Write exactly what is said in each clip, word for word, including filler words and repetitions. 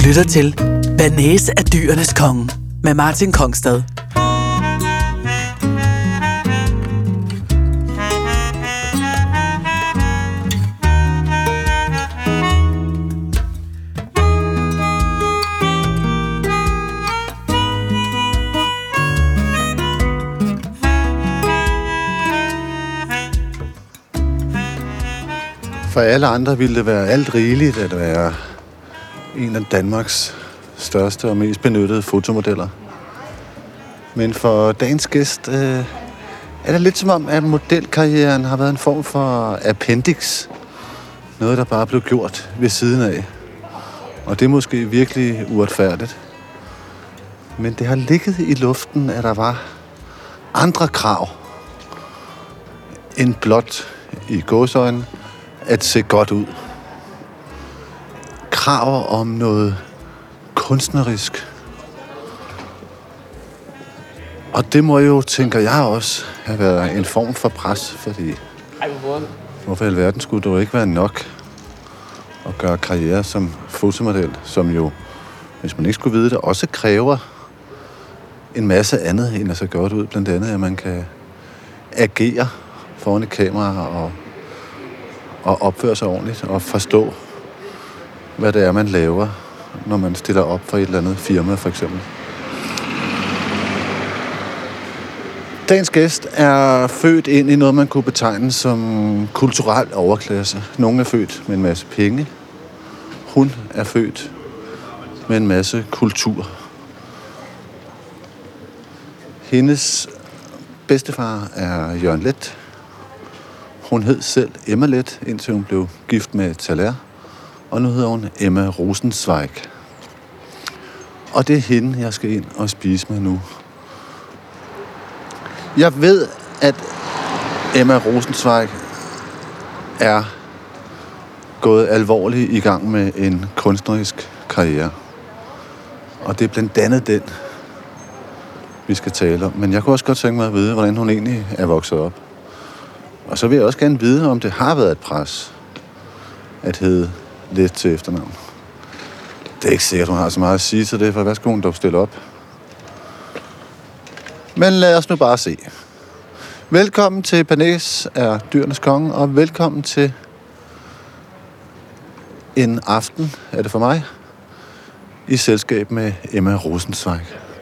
lytter til Bearnaise er dyrenes konge med Martin Kongstad. For alle andre ville det være alt rigeligt at være en af Danmarks største og mest benyttede fotomodeller. Men for dagens gæst øh, er det lidt som om, at modelkarrieren har været en form for appendix. Noget, der bare blev gjort ved siden af. Og det er måske virkelig uretfærdigt. Men det har ligget i luften, at der var andre krav end blot i gåseøjne at se godt ud. Krav om noget kunstnerisk. Og det må jo, tænker jeg også, have været en form for pres, fordi hvorfor i alverden skulle det jo ikke være nok at gøre karriere som fotomodel, som jo, hvis man ikke skulle vide det, også kræver en masse andet end at se godt ud. Blandt andet, at man kan agere foran et kamera og, og opføre sig ordentligt og forstå, hvad det er, man laver, når man stiller op for et eller andet firma, for eksempel. Dagens gæst er født ind i noget, man kunne betegne som kulturel overklasse. Nogle er født med en masse penge. Hun er født med en masse kultur. Hendes bedstefar er Jørgen Leth. Hun hed selv Emma Leth, indtil hun blev gift med Thaler. Og nu hedder hun Emma Rosenzweig. Og det er hende, jeg skal ind og spise med nu. Jeg ved, at Emma Rosenzweig er gået alvorligt i gang med en kunstnerisk karriere. Og det er blandt andet den, vi skal tale om. Men jeg kunne også godt tænke mig at vide, hvordan hun egentlig er vokset op. Og så vil jeg også gerne vide, om det har været et pres at hedde Leth til efternavn. Det er ikke sikkert, hun har så meget at sige til det, for hvad skulle hun dog stille op? Men lad os nu bare se. Velkommen til Bearnaise er dyrenes konge, og velkommen til en aften, er det for mig, i selskab med Emma Rosenzweig.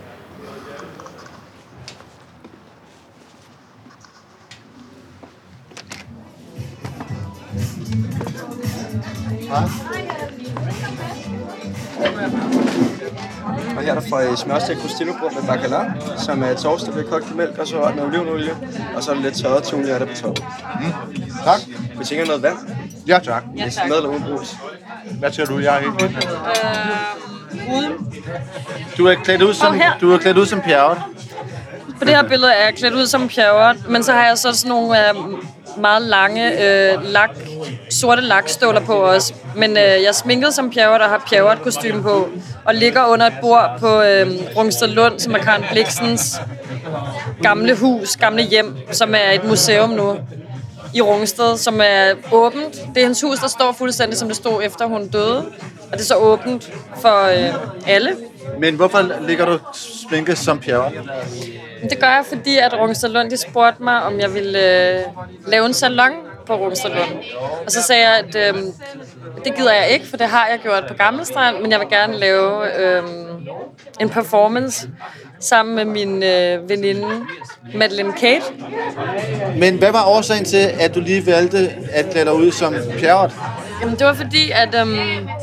Og her er der fra smørstegt crostino-brød med bacala, som er toast, der bliver kogt i mælk, og så rørt med olivenolie, og så er der lidt tørret tunhjerter på toppen. Mm. Tak. Vi tænker noget vand. Ja, tak. Ja, tak. Med eller uden brus. Hvad siger du? Jeg er ikke helt. Øh, uden. Du er klædt ud som, Og her. du er klædt ud som Pjerrot. På det her billede er jeg klædt ud som Pjerrot, men så har jeg så sådan nogle øh, meget lange øh, lak, sorte lakståler på også. Men øh, jeg er sminket som Pjerrot og har Pjerrot-kostyme på, og ligger under et bord på øh, Rungsted Lund, som er Karen Bliksens gamle hus, gamle hjem, som er et museum nu i Rungsted, som er åbent. Det er hendes hus, der står fuldstændig, som det stod efter hun døde, og det er så åbent for øh, alle. Men hvorfor ligger du sminket som Pjerrot? Det gør jeg, fordi at Rungsted Lund de spurgte mig, om jeg ville øh, lave en salon på Rungsted Lund. Og så sagde jeg, at øh, det gider jeg ikke, for det har jeg gjort på Gamle Strand, men jeg vil gerne lave øh, en performance sammen med min øh, veninde Madeleine Kate. Men hvad var årsagen til, at du lige valgte at klæde dig ud som Pjerrot? Jamen, det var fordi, at øhm,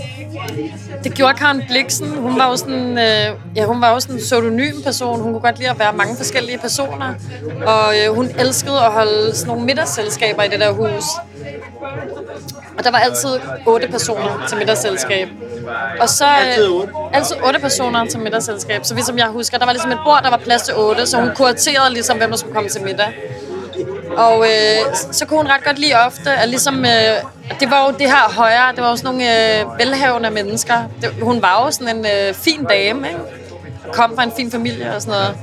det gjorde Karen Bliksen. Hun var jo sådan, øh, ja, hun var jo sådan en pseudonym person. Hun kunne godt lide at være mange forskellige personer. Og øh, hun elskede at holde sådan nogle middagsselskaber i det der hus. Og der var altid otte personer til middagsselskab. Og så, øh, Altid otte? Altid otte personer til middagsselskab. Så som jeg husker, der var ligesom et bord, der var plads til otte, så hun kuraterede ligesom, hvem der skulle komme til middag. Og øh, så kunne hun ret godt lide ofte, at ligesom, øh, det var jo det her højere, det var jo sådan nogle øh, velhavende mennesker. Det, hun var jo sådan en øh, fin dame, ikke? Kom fra en fin familie og sådan noget.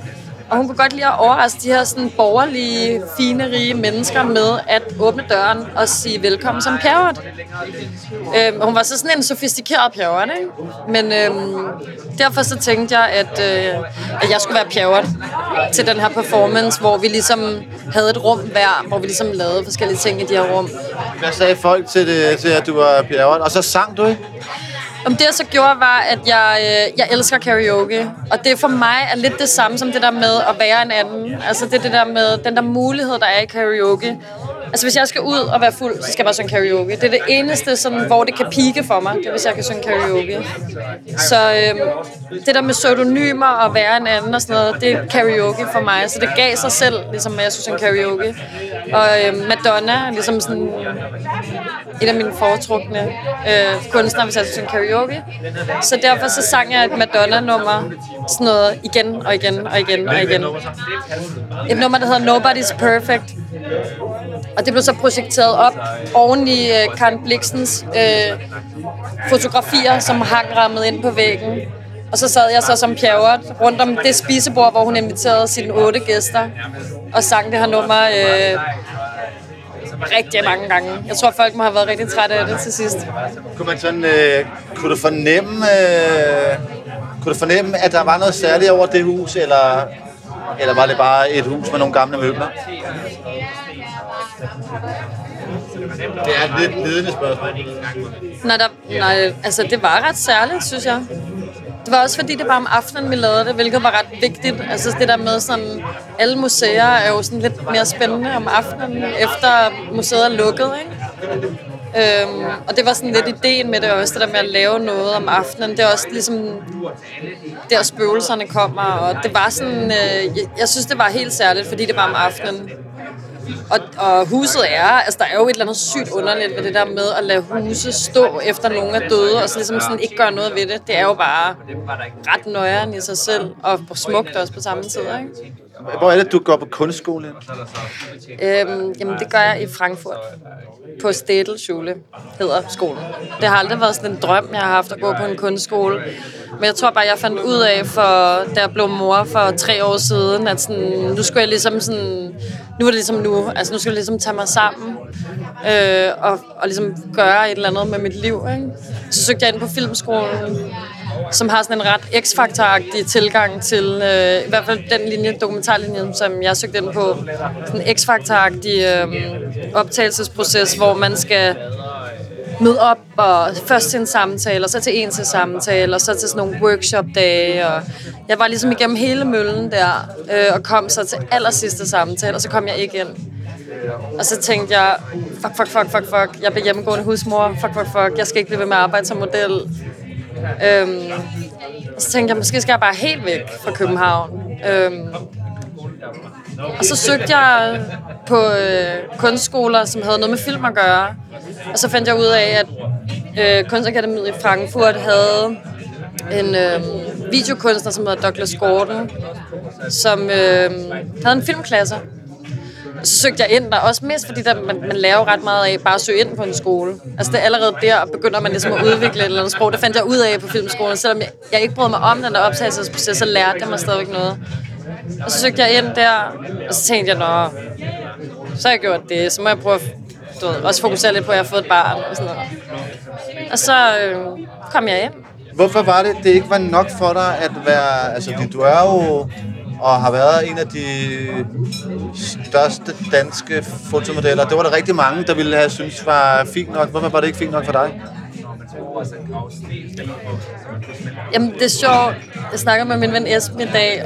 Og hun kunne godt lide at overraske de her sådan borgerlige, fine, rige mennesker med at åbne døren og sige velkommen som Pjerrot. Øhm, hun var så sådan en sofistikeret Pjerrot, ikke? Men øhm, derfor så tænkte jeg, at, øh, at jeg skulle være Pjerrot til den her performance, hvor vi ligesom havde et rum hver, hvor vi ligesom lavede forskellige ting i de her rum. Hvad sagde folk til, det, til at du var Pjerrot? Og så sang du, ikke? Om det jeg så gjorde, var, at jeg, øh, jeg elsker karaoke. Og det for mig er lidt det samme som det der med at være en anden. Altså det er det der med, den der mulighed, der er i karaoke. Altså hvis jeg skal ud og være fuld, så skal jeg bare synge karaoke. Det er det eneste, sådan, hvor det kan pike for mig, det er, hvis jeg kan synge karaoke. Så øh, det der med pseudonymer og være en anden og sådan noget, det er karaoke for mig. Så det gav sig selv, ligesom at jeg skulle synge karaoke. Og øh, Madonna er ligesom sådan en af mine foretrukne øh, kunstnere, hvis jeg skulle synge karaoke. Så derfor så sang jeg et Madonna-nummer, sådan noget igen og igen og igen og igen. Et nummer, der hedder Nobody's Perfect. Og det blev så projekteret op oven i uh, Karen Blixens uh, fotografier, som hang rammet ind på væggen. Og så sad jeg så som Pjerrot rundt om det spisebord, hvor hun inviterede sine otte gæster og sang det her nummer uh, rigtig mange gange. Jeg tror, folk må have været rigtig trætte af det til sidst. Kunne man sådan, øh, kunne du fornemme, øh, kunne du fornemme, at der var noget særligt over det hus, eller, eller var det bare et hus med nogle gamle møbler? Det er et lidt ledende spørgsmål. Nej, der, nej, altså det var ret særligt, synes jeg. Det var også fordi, det var om aftenen, vi lavede det, hvilket var ret vigtigt. Altså det der med sådan, alle museer er jo sådan lidt mere spændende om aftenen, efter museet er lukket, ikke? Øhm, og det var sådan lidt ideen med det også, det der med at lave noget om aftenen. Det er også ligesom, der spøgelserne kommer, og det var sådan, øh, jeg, jeg synes, det var helt særligt, fordi det var om aftenen. Og, og huset er, altså der er jo et eller andet sygt underligt ved det der med at lade huse stå efter nogen er døde, og så ligesom sådan ikke gøre noget ved det. Det er jo bare ret nøjeren i sig selv, og smukt også på samme tid, ikke? Hvor er det, du går på kunstskole? Øhm, jamen det gør jeg i Frankfurt. På Städelschule hedder skolen. Det har aldrig været sådan en drøm, jeg har haft at gå på en kunstskole. Men jeg tror bare, jeg fandt ud af, for, da jeg blev mor for tre år siden, at sådan, nu skulle jeg ligesom sådan, nu er det ligesom nu, altså nu skal jeg ligesom tage mig sammen øh, og, og ligesom gøre et eller andet med mit liv, ikke? Så søgte jeg ind på filmskolen, som har sådan en ret X-Factor-agtig tilgang til, øh, i hvert fald den linje, dokumentarlinje, som jeg søgte ind på. Sådan en X-Factor-agtig øh, optagelsesproces, hvor man skal møde op og først til en samtale, og så til en til samtale, og så til sådan nogle workshop-dage. Og jeg var ligesom igennem hele møllen der, øh, og kom så til allersidste samtale, og så kom jeg ikke ind. Og så tænkte jeg, fuck, fuck, fuck, fuck, fuck, jeg bliver hjemmegående husmor, fuck, fuck, fuck, jeg skal ikke blive ved med at arbejde som model. Øhm, så tænkte jeg, måske skal jeg bare helt væk fra København. Øhm, og så søgte jeg på øh, kunstskoler, som havde noget med film at gøre. Og så fandt jeg ud af, at øh, Kunstakademiet i Frankfurt havde en øh, videokunstner, som hedder Douglas Gordon, som øh, havde en filmklasse. Og så søgte jeg ind der, også mest fordi der, man, man lærer jo ret meget af bare at søge ind på en skole. Altså det er allerede der, begynder man ligesom at udvikle et eller andet sprog. Det fandt jeg ud af på filmskolen, selvom jeg, jeg ikke brød mig om den der optagelsesproces, så lærte jeg mig stadigvæk noget. Og så søgte jeg ind der, og så tænkte jeg, nå, så har jeg gjort det, så må jeg prøve at du ved, også fokusere lidt på, at jeg har fået et barn og sådan noget. Og så øh, kom jeg ind. Hvorfor var det, det ikke var nok for dig at være, altså du er jo og har været en af de største danske fotomodeller. Det var der rigtig mange, der ville have synes var fint nok. Hvorfor var det ikke fint nok for dig? Jamen, det er sjovt. Jeg snakker med min ven Esben i dag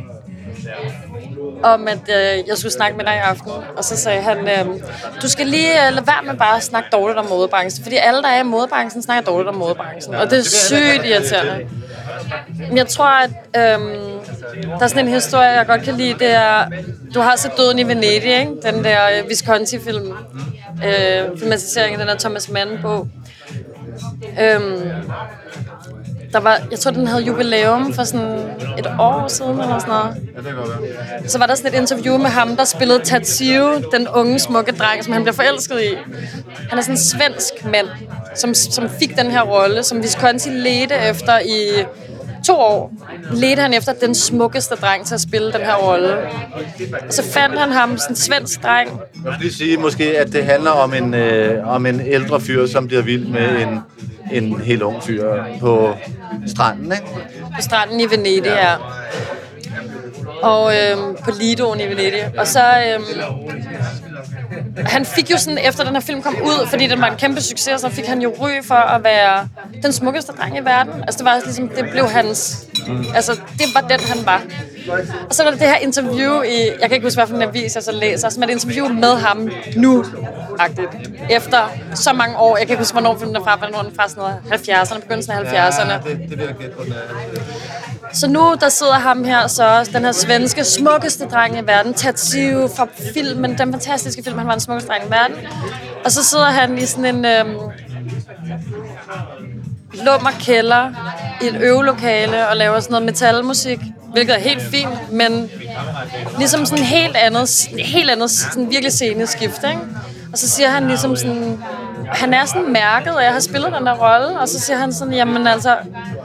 om, at øh, jeg skulle snakke med dig i aften. Og så sagde han, øh, du skal lige øh, lade være med bare at snakke dårligt om modebranchen. Fordi alle, der er i modebranchen, snakker dårligt om modebranchen. Og det er sygt irriterende. Men jeg tror, at øh, der er sådan en historie, jeg godt kan lide. Det er, du har set Døden i Venedig, ikke? Den der øh, Visconti-film. Øh, filmatiseringen, den der Thomas Mann-bog. Øh, Der var, jeg tror, den havde jubilæum for sådan et år siden, eller sådan noget. Ja, det kan godt være. Så var der sådan et interview med ham, der spillede Tatio, den unge, smukke dreng, som han blev forelsket i. Han er sådan en svensk mand, som, som fik den her rolle, som Visconti ledte efter i to år ledte han efter den smukkeste dreng til at spille den her rolle. Og så fandt han ham, sådan en svensk dreng. Jeg vil lige sige måske, at det handler om en, øh, om en ældre fyr, som bliver vild med en, en helt ung fyr på stranden, ikke? På stranden i Venedig, ja. Og øhm, på Lidoen i Venedig. Og så... Øhm, han fik jo sådan, efter den her film kom ud, fordi den var en kæmpe succes, så fik han jo ry for at være den smukkeste dreng i verden. Altså det var ligesom, det blev hans... Altså, det var den, han var. Og så var der det her interview i... Jeg kan ikke huske, hvad for en avis jeg så læser, som er et interview med ham nu-agtigt. Efter så mange år. Jeg kan ikke huske, hvornår filmen er fra, hvornår den fra sådan noget halvfjerdserne, begyndelsen af halvfjerdserne. Ja, det, det vil jeg gætte på, den er. Så nu, der sidder ham her så også, den her svenske, smukkeste dreng i verden, Tatsu fra filmen, den fantastiske film, han var den smukkeste dreng i verden. Og så sidder han i sådan en øhm, lummer kælder i et øvelokale og laver sådan noget metalmusik, hvilket er helt fint, men ligesom sådan helt andet, helt andet sådan virkelig sceneskift, ikke? Og så siger han ligesom sådan, han er sådan mærket, og jeg har spillet den der rolle, og så siger han sådan, jamen altså,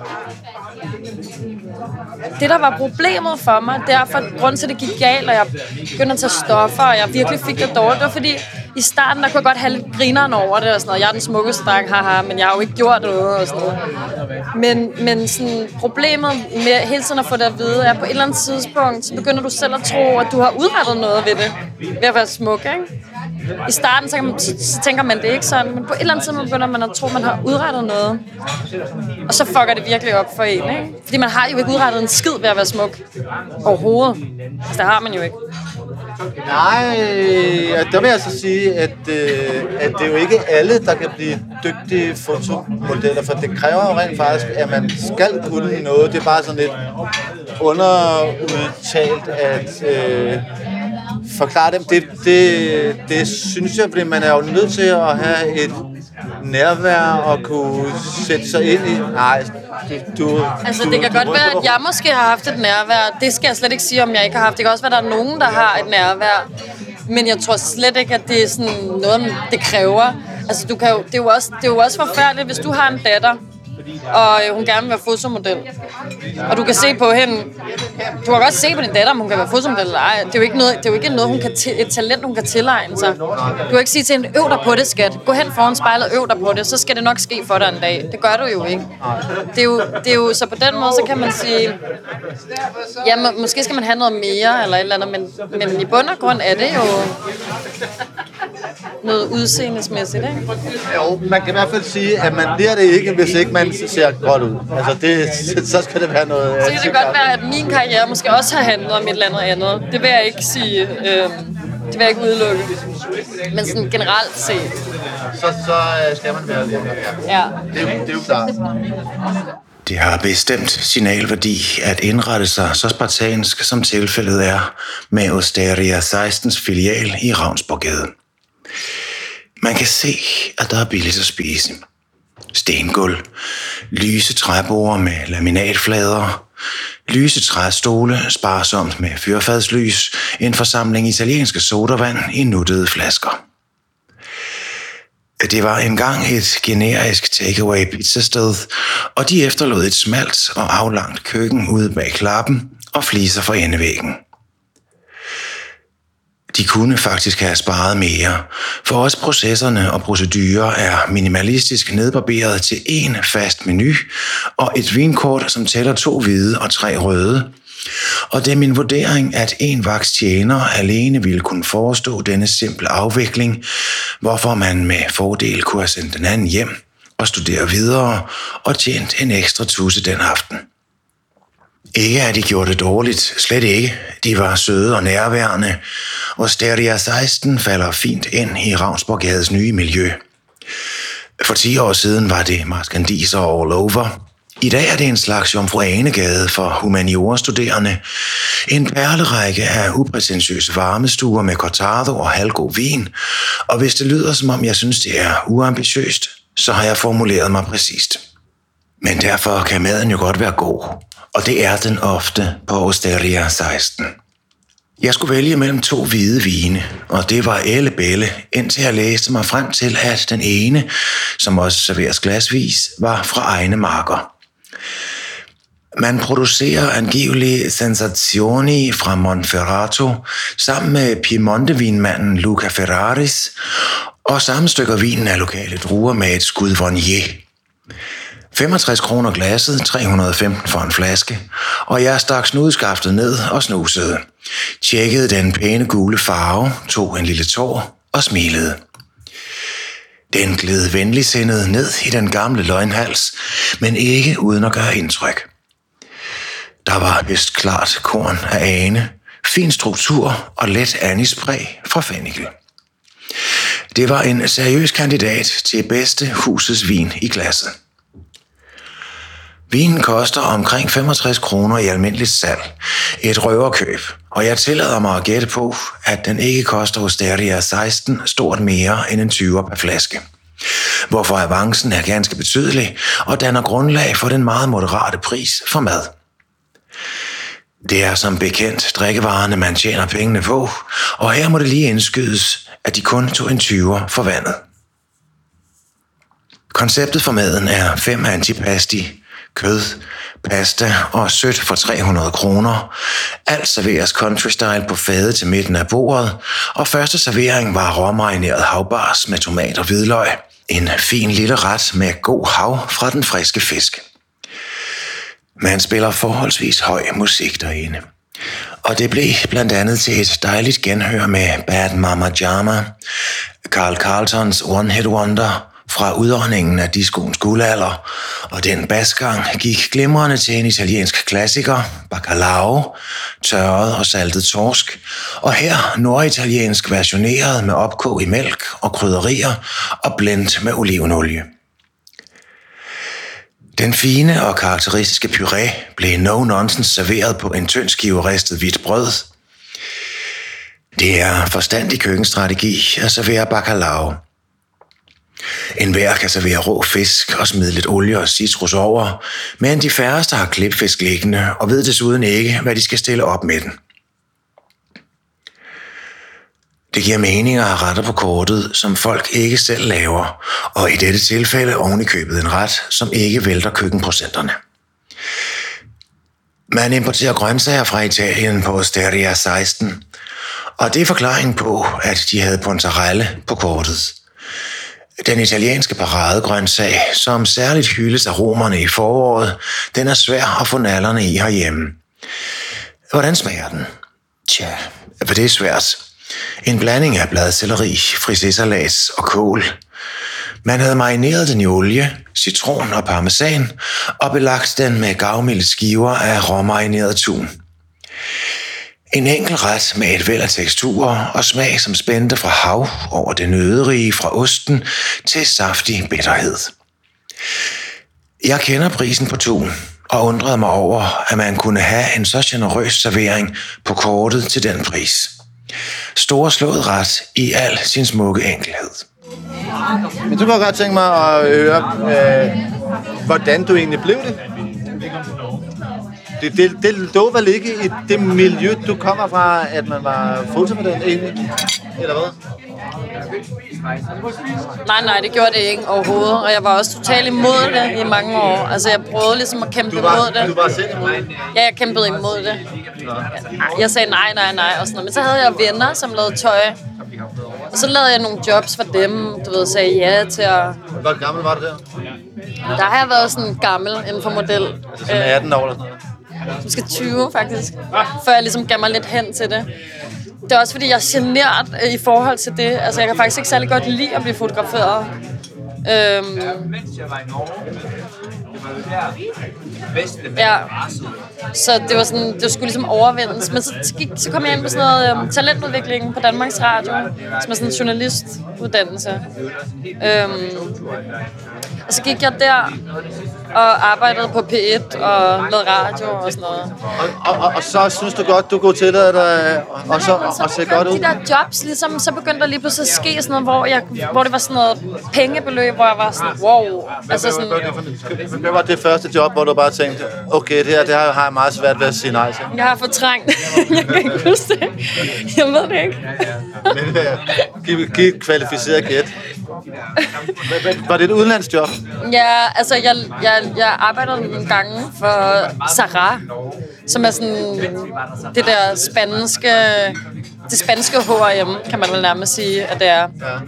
det, der var problemet for mig, derfor grund til, at det gik galt, og jeg begyndte at tage stoffer, og jeg virkelig fik det dårligt, det var fordi, i starten, der kunne jeg godt have lidt grineren over det, og sådan noget. Jeg er den smukkeste dreng, haha, men jeg har jo ikke gjort noget, og sådan noget. Men, men sådan, problemet med hele tiden at få det at vide, er, at på et eller andet tidspunkt, så begynder du selv at tro, at du har udrettet noget ved det, ved at være smuk, ikke? I starten så, man, så, så tænker man, det er ikke sådan, men på et eller andet tidspunkt begynder man at tro, at man har udrettet noget. Og så fucker det virkelig op for en, ikke? Fordi man har jo ikke udrettet en skid ved at være smuk. Overhovedet. Altså, det har man jo ikke. Nej, der vil jeg så sige, at, øh, at det er jo ikke alle, der kan blive dygtige fotomodeller, for det kræver jo rent faktisk, at man skal kunne noget. Det er bare sådan lidt underudtalt at øh, forklare dem. Det, det, det synes jeg, fordi man er jo nødt til at have et nærvær og kunne sætte sig ind i. Nej, du, du, altså, du, det kan du, godt du, være, du, at jeg måske har haft et nærvær. Det skal jeg slet ikke sige, om jeg ikke har haft. Det kan også være, at der er nogen, der har et nærvær. Men jeg tror slet ikke, at det er sådan noget, det kræver. Altså, du kan jo, det, er jo også, det er jo også forfærdeligt, hvis du har en datter, og hun gerne vil være fotomodel. Og du kan se på hende. Du kan godt se på din datter, om hun kan være fotomodel eller ej. Det er jo ikke noget, det er jo ikke noget hun kan t- et talent, hun kan tilegne sig. Du kan ikke sige til hende, øv dig på det, skat. Gå hen foran spejlet og øv dig på det, så skal det nok ske for dig en dag. Det gør du jo ikke. Det er jo, det er jo så på den måde, så kan man sige, ja, må, måske skal man have noget mere eller et eller andet, men, men i bund og grund er det jo noget udseendesmæssigt, ikke? Jo, man kan i hvert fald sige, at man bliver det ikke, hvis ikke man ser godt ud. Altså, det, så skal det være noget... Så kan det godt være, at min karriere måske også har handlet om et eller andet andet. Det vil jeg ikke sige. Øh, det vil jeg ikke udelukke. Men sådan generelt set. Så, så skal man være lækker. Ja. Det, det er jo klart. Det har bestemt signalværdi at indrette sig så spartansk, som tilfældet er med Osteria sekstens filial i Ravnsborggade. Man kan se, at der er billigt at spise. Stengulv, lyse træborde med laminatflader, lyse træstole sparsomt med fyrfadslys, en forsamling italienske sodavand i nuttede flasker. Det var engang et generisk takeaway pizzasted, og de efterlod et smalt og aflangt køkken ude bag klappen og fliser for endevæggen. De kunne faktisk have sparet mere, for også processerne og procedurer er minimalistisk nedbarberet til én fast menu og et vinkort, som tæller to hvide og tre røde. Og det er min vurdering, at en vaks tjener alene ville kunne forestå denne simple afvikling, hvorfor man med fordel kunne have sendt den anden hjem og studere videre og tjent en ekstra tusse den aften. Ikke at de gjorde det dårligt, slet ikke. De var søde og nærværende, og Osteria seksten falder fint ind i Ravnsborggades nye miljø. For ti år siden var det marskandiser all over. I dag er det en slags Jomfru Ane-gade for humaniora-studerende. En perlerække af uprætentiøse varmestuer med cortado og halvgod vin. Og hvis det lyder, som om jeg synes, det er uambitiøst, så har jeg formuleret mig præcist. Men derfor kan maden jo godt være god. Og det er den ofte på Osteria seksten. Jeg skulle vælge mellem to hvide vine, og det var elle bælle, indtil jeg læste mig frem til, at den ene, som også serveres glasvis, var fra egne marker. Man producerer angiveligt Sensazioni fra Monferrato sammen med Piemonte-vinmanden Luca Ferraris og sammenstykker vinen af lokale druer med et skud Viognier. femogtres kroner glasset, tre hundrede og femten for en flaske, og jeg stak snudskaftet ned og snusede. Tjekkede den pæne gule farve, tog en lille tår og smilede. Den gled venligsindet ned i den gamle løgnhals, men ikke uden at gøre indtryk. Der var vist klart korn af ane, fin struktur og let anispræg fra fennikel. Det var en seriøs kandidat til bedste husets vin i glasset. Vinen koster omkring femogtres kroner i almindeligt salg. Et røverkøb, og jeg tillader mig at gætte på, at den ikke koster Osteria seksten stort mere end en tyver per flaske. Hvorfor avancen er ganske betydelig og danner grundlag for den meget moderate pris for mad. Det er som bekendt drikkevarerne, man tjener pengene på, og her må det lige indskydes, at de kun tog en tyver for vandet. Konceptet for maden er fem antipasti, kød, pasta og sødt for tre hundrede kroner. Alt serveres country style på fade til midten af bordet, og første servering var råmarineret havbars med tomat og hvidløg. En fin lille ret med god hav fra den friske fisk. Man spiller forholdsvis høj musik derinde. Og det blev blandt andet til et dejligt genhør med Bad Mama Jama, Carl Carltons One Hit Wonder fra udåndingen af discoens guldalder, og den basgang gik glimrende til en italiensk klassiker, Bacalao, tørret og saltet torsk, og her norditaliensk versioneret med opkog i mælk og krydderier og blendet med olivenolie. Den fine og karakteristiske puré blev no-nonsense serveret på en tynd skive ristet hvidt brød. Det er forstandig køkkenstrategi at servere bacalao. Enhver kan servere rå fisk og smide lidt olie og citrus over, men de færreste har klipfisk liggende og ved desuden ikke, hvad de skal stille op med den. Det giver mening at have retter på kortet, som folk ikke selv laver, og i dette tilfælde ovenikøbet en ret, som ikke vælter køkkenprocenterne. Man importerer grøntsager fra Italien på Osteria seksten, og det er forklaringen på, at de havde puntarelle på kortet. Den italienske paradegrøntsag, som særligt hyldes af romerne i foråret, den er svær at få nallerne i herhjemme. Hvordan smager den? Tja, for det er svært. En blanding af bladselleri, frisésalat og kål. Man havde marineret den i olie, citron og parmesan og belagt den med gavmilde skiver af råmarineret tun. En enkelt ret med et væld af teksturer og smag, som spændte fra hav over det nøderige fra osten til saftig bitterhed. Jeg kender prisen på tun og undrede mig over, at man kunne have en så generøs servering på kortet til den pris. Storslået ret i al sin smukke enkelhed. Men du kan godt tænke mig at høre, øh, hvordan du egentlig blev det. Det, det, det lå vel ikke i det miljø, du kommer fra, at man var fotomodel egentlig? Eller hvad? Nej, nej, det gjorde det ikke overhovedet, og jeg var også totalt imod det i mange år. Altså, jeg prøvede ligesom at kæmpe Du var, imod det. du var selv imod det? Ja, jeg kæmpede imod det. Jeg sagde nej, nej, nej og sådan noget. Men så havde jeg venner, som lavede tøj. Og så lavede jeg nogle jobs for dem, du ved, sagde ja til at... Hvor gammel var du der? Der har jeg været sådan gammel inden for model. Altså sådan atten år eller sådan noget? Måske tyve, faktisk. Før jeg ligesom gav mig lidt hen til det. Det er også fordi, jeg er genert i forhold til det. Altså, jeg kan faktisk ikke særlig godt lide at blive fotograferet. Øhm, ja. Så det var sådan, det skulle ligesom overvindes. Men så, gik, så kom jeg ind på sådan noget um, talentudvikling på Danmarks Radio, som er sådan en journalistuddannelse. Øhm, og så gik jeg der og arbejdede på P et og lavede radio og sådan noget. Og, og, og så synes du godt, du kunne tillade dig og så, og, og se godt ud? De der jobs, ligesom, så begyndte der lige pludselig at ske sådan noget, hvor, jeg, hvor det var sådan noget pengebeløb, hvor jeg var sådan, wow. Altså sådan, hvad var det første job, hvor du bare tænkte, okay, det her det har jeg meget svært ved at sige nej til? Jeg har fortrængt. Jeg kan ikke huske det. Jeg ved det ikke. Men giv, giv et kvalificeret gæt. Var det et udenlandsjob? Ja, altså jeg, jeg, jeg arbejdede nogle gange for Zara, som er sådan det der spanske, det spanske H og M, kan man vel nærmest sige, at det er.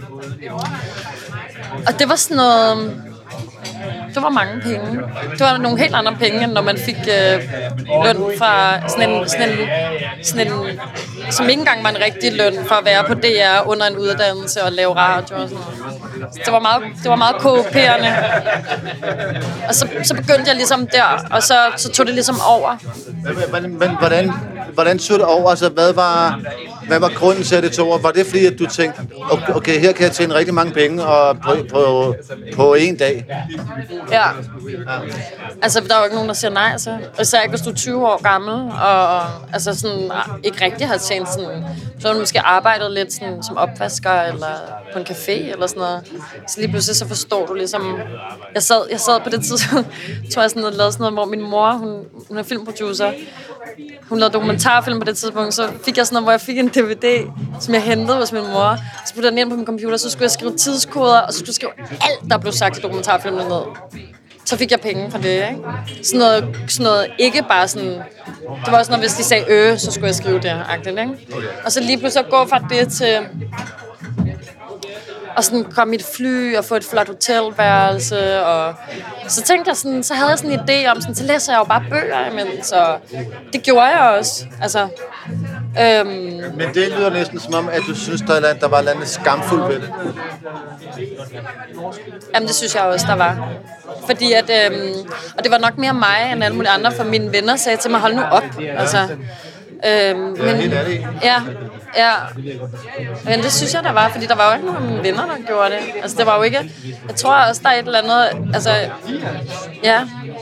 Og det var sådan noget, det var mange penge. Det var nogle helt andre penge, end når man fik øh, løn fra sådan en, sådan en, sådan en, som ikke engang var en rigtig løn for at være på D R under en uddannelse og lave radio og sådan noget. Det var meget, det var meget koopererende. Og så, så begyndte jeg ligesom der, og så, så tog det ligesom over. Men, men hvordan, hvordan tog det over? Altså, hvad var, hvad var grunden til, at det tog over? Var det fordi, at du tænkte, okay, her kan jeg tjene rigtig mange penge og på, på, på en dag? Ja. Altså, der er jo ikke nogen, der siger nej, altså. Især ikke, hvis du er tyve år gammel, og altså sådan, ikke rigtig har tjent sådan, så har du måske arbejdet lidt sådan, som opvasker, eller på en café, eller sådan noget. Så lige pludselig så forstår du ligesom, jeg sad, jeg sad på det tidspunkt, tror jeg sådan noget, lavede sådan noget, hvor min mor, hun, hun er filmproducer, hun lavede dokumentarfilm på det tidspunkt, så fik jeg sådan noget, hvor jeg fik en D V D, som jeg hentede hos min mor. Så puttede den ind på min computer, så skulle jeg skrive tidskoder, og så skulle jeg skrive alt, der blev sagt i dokumentarfilmen ned. Så fik jeg penge for det, ikke? Sådan noget, sådan noget ikke bare sådan... Det var også noget, hvis de sagde øh, så skulle jeg skrive det, agtigt, ikke? Og så lige pludselig gå fra det til... Og sådan komme i et fly og få et flot hotelværelse, og så tænkte jeg sådan, så havde jeg sådan en idé om, sådan, så læser jeg jo bare bøger imens, og det gjorde jeg også, altså. Øhm, Men det lyder næsten som om, at du synes, der, er, der var et andet skamfuldt ved det. Jamen, det synes jeg også, der var. Fordi at, øhm, og det var nok mere mig end alle mulige andre, for mine venner sagde til mig, hold nu op, altså. Øhm, men, ja, ja. Men det synes jeg, der var, fordi der var jo ikke nogen af mine venner, der gjorde det. Altså, det var jo ikke... Jeg tror også, der er et eller andet... Altså, ja.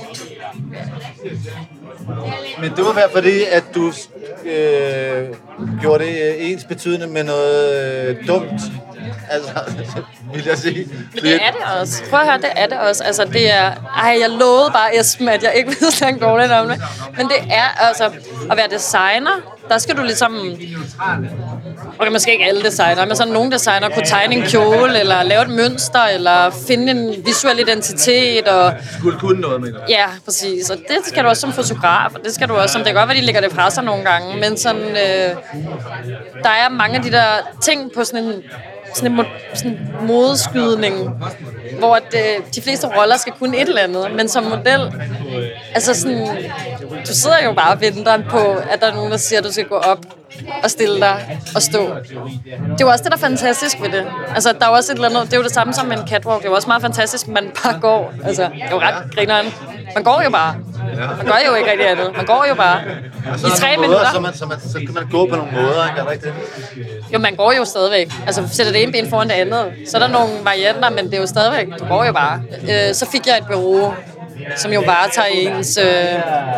Men det var fordi, at du øh, gjorde det ens betydende med noget øh, dumt. Altså, vil jeg sige. Men det er det også. Prøv at høre, det er det også. Altså, det er... Ej, jeg lovede bare Esben, at jeg ikke ville snakke dårligt om det. Men det er altså... At være designer, der skal du ligesom... Okay, måske ikke alle designer, men sådan nogle designer kunne tegne en kjole, eller lave et mønster, eller finde en visuel identitet, og... Skulle kunne noget, mener jeg. Ja, præcis. Og det skal du også som fotograf, og det skal du også som... Det kan godt være, de lægger det fra sig nogle gange, men sådan... Øh, der er mange af de der ting på sådan en... sådan en mo- sådan modeskydning, hvor at, øh, de fleste roller skal kunne et eller andet, men som model, altså sådan, du sidder jo bare og venter på, at der er nogen, der siger, at du skal gå op og stille dig og stå. Det er jo også det, der er fantastisk ved det. Altså, der er jo også et eller andet, det er jo det samme som en catwalk, det er jo også meget fantastisk, at man bare går. Altså, det er jo ret grineren. Man går jo bare. Man gør jo ikke rigtig andet. Man går jo bare. I tre minutter. Så, man, så, man, så kan man gå på nogle måder, ikke? Er det ikke det? Jo, man går jo stadigvæk. Altså, sætter det ene ben foran det andet. Så er der nogle varianter, men det er jo stadigvæk. Du går jo bare. Øh, så fik jeg et bureau, som jo varetager ens øh,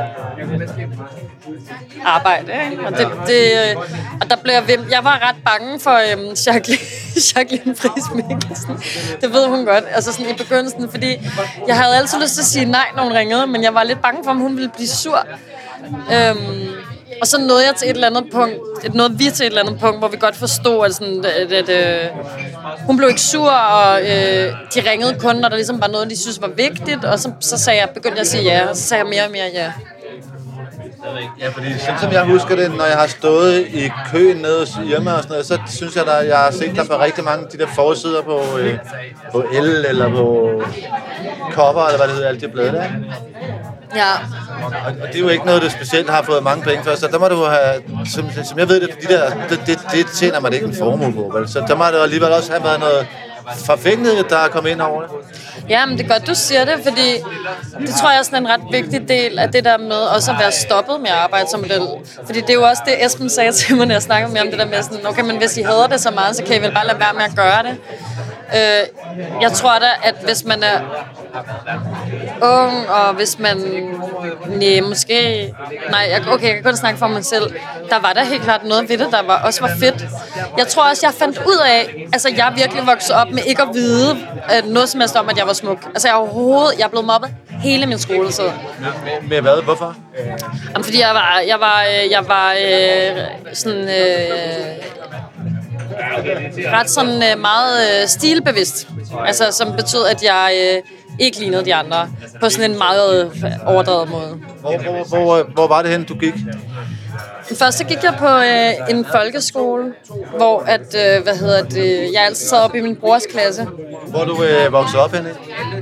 arbejde. Ikke? Og, det, det, og der blev jeg ved. Jeg var ret bange for øhm, Jacqueline, Jacqueline Friis Mikkelsen. Det ved hun godt. Altså sådan i begyndelsen, fordi jeg havde altid lyst til at sige nej, når hun ringede, men jeg var lidt bange for, om hun ville blive sur. Øhm, Og så nåede jeg til et eller andet punkt, nåede vi til et eller andet punkt, hvor vi godt forstod, at, sådan, at, at, at hun blev ikke sur, og øh, de ringede kun, når der ligesom var noget, de synes var vigtigt, og så, så sagde jeg, begyndte jeg at sige ja, og så sagde jeg mere og mere ja. Ja, fordi sådan som jeg husker det, når jeg har stået i køen nede hos Irma og sådan noget, så synes jeg, at jeg har set der på rigtig mange af de der forsider på, øh, på L eller på cover, eller hvad det hedder, alt det blade der. Ja. Og, og det er jo ikke noget, der specielt har fået mange penge for, så der må du have, som, som jeg ved det, de der, det, det, det tjener man ikke en formue på, vel? Så der må det alligevel også have været noget forfængelighed, der er kommet ind over det. Ja, men det er godt, du siger det, fordi det tror jeg er sådan en ret vigtig del af det der med også at være stoppet med at arbejde som model. Fordi det er jo også det, Esben sagde til mig, når jeg snakkede med om det der med sådan, okay, men hvis I hader det så meget, så kan I vel bare lade være med at gøre det. Øh, jeg tror da, at hvis man er ung, og hvis man... Nej, måske... Nej, jeg, okay, jeg kan kun snakke for mig selv. Der var der helt klart noget ved det, der var, også var fedt. Jeg tror også, jeg fandt ud af... Altså, jeg er virkelig vokset op med ikke at vide uh, noget som helst om, at jeg var smuk. Altså, jeg overhovedet... Jeg er blevet mobbet hele min skoletid. Med, med hvad? Hvorfor? Jamen, fordi jeg var... Jeg var... Jeg var øh, sådan... Øh, ret sådan øh, meget øh, stilbevidst. Altså, som betød, at jeg øh, ikke lignede de andre på sådan en meget overdrevet måde. Hvor, hvor, hvor, hvor var det hen, du gik? Først så gik jeg på øh, en folkeskole, hvor at, øh, hvad hedder det, jeg altid sad oppe i min brors klasse. Hvor du øh, voksede op henne?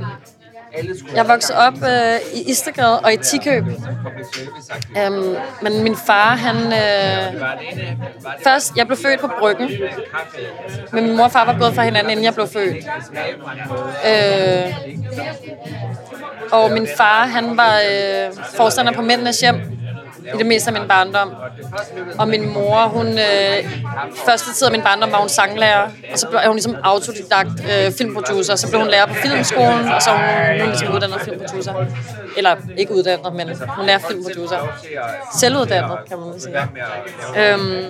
Jeg voksede op øh, i Istergade og i Tikøb. Um, men min far, han... Øh, først, jeg blev født på Bryggen. Men min mor og far var gået fra hinanden, inden jeg blev født. Øh, og min far, han var øh, forstander på Mændenes Hjem i det meste af min barndom. Og min mor, hun... Øh, første tid af min barndom var hun sanglærer, og så blev hun ligesom autodidakt øh, filmproducer. Så blev hun lærer på filmskolen, og så er hun, hun ligesom uddannet filmproducer. Eller ikke uddannet, men hun er filmproducer. Selvuddannet, kan man sige. Øhm,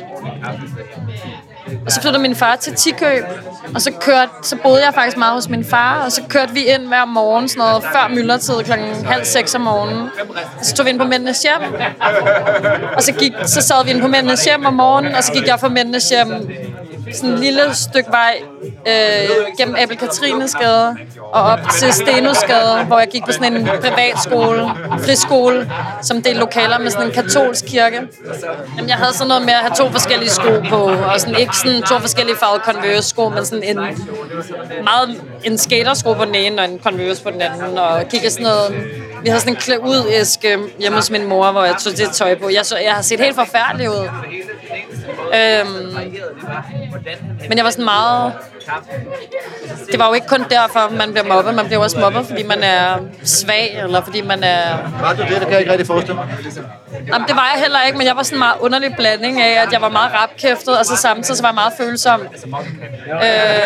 og så flyttede min far til Tikøb, og så, kørte, så boede jeg faktisk meget hos min far, og så kørte vi ind hver morgen, sådan noget før myldretid, klokken halv seks om morgenen. Og så tog vi ind på Mændenes Hjem, og så, gik, så sad vi ind på Mændenes Hjem om morgenen, og så gik jeg fra Mændenes Hjem sådan et lille stykke vej øh, gennem Abel Katrinesgade og op til Stenusgade, hvor jeg gik på sådan en privatskole, friskole, som delte lokaler med sådan en katolsk kirke. Jamen, jeg havde sådan noget med at have to forskellige sko på, og sådan ikke sådan to forskellige farvede Converse-sko, men sådan en meget en skatersko på den ene og en Converse på den anden, og kiggede sådan noget. Vi havde sådan en klæd ud æske hjemme hos min mor, hvor jeg tog det tøj på. Jeg, så, jeg har set helt forfærdelig ud. Øhm, men jeg var sådan meget... Det var jo ikke kun derfor, man bliver mobbet. Man bliver også mobbet, fordi man er svag, eller fordi man er... Var du det? Det kan jeg ikke rigtig forestille mig. Jamen, det var jeg heller ikke, men jeg var sådan en meget underlig blanding af, at jeg var meget rapkæftet, og så samtidig så var jeg meget følsom. Øhm,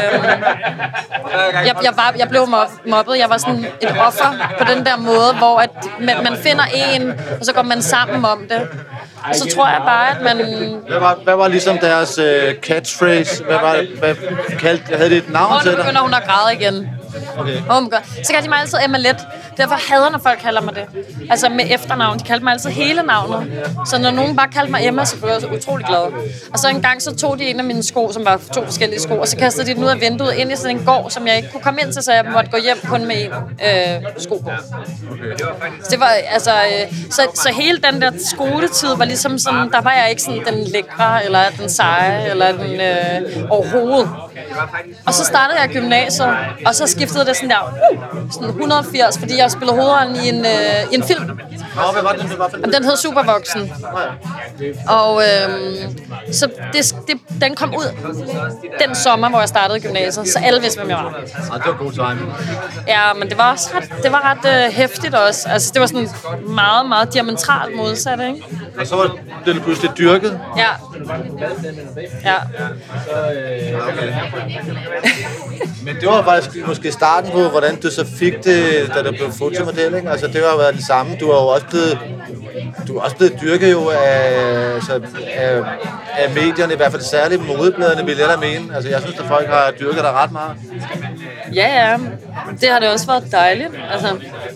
jeg, jeg, var, jeg blev mobbet. Jeg var sådan et offer på den der måde, hvor at man, man finder en, og så går man sammen om det. Og så tror jeg bare, at man... Hvad var, hvad var ligesom deres uh, catchphrase? Hvad var det? Hvad kaldte, havde det et navn og til dig? Og nu begynder hun at græde igen. Okay. Oh my God. Så kaldte de mig altid Emma Let. Derfor hader, når folk kalder mig det. Altså med efternavn. De kaldte mig altid hele navnet. Så når nogen bare kaldte mig Emma, så blev jeg så utrolig glad. Og så en gang så tog de en af mine sko, som var to forskellige sko, og så kastede de den ud af vinduet ind i sådan en gård, som jeg ikke kunne komme ind til, så jeg måtte gå hjem kun med en øh, sko på. Så det var altså... Øh, så, så hele den der skoletid var ligesom sådan... Der var jeg ikke sådan den lækre, eller den seje, eller den øh, overhovedet. Og så startede jeg gymnasiet, og så skiftede det sådan der uh, sådan et hundrede og firs, fordi jeg spillede hovedrollen i en, øh, i en film. Nå, hvad var det, den var for? Den hed Supervoksen. Og øhm, så det, det, den kom ud den sommer, hvor jeg startede gymnasiet, så alle vidste, hvem jeg var. Ja, det var god timing. Ja, men det var også ret, det var ret øh, hæftigt også. Altså, det var sådan meget, meget diametralt modsat, ikke? Og så var det pludselig dyrket. Ja. Ja. Okay. Men det var faktisk måske starten på, hvordan du så fik det, da du blev fotomodel, ikke? Altså, det har jo været det samme. Du har jo også blevet, du er også blevet dyrket jo af, altså, af, af medierne, i hvert fald særligt modebladene, vil jeg da mene. Altså, jeg synes, at folk har dyrket dig ret meget. Ja, ja. Det har det også været dejligt. Altså,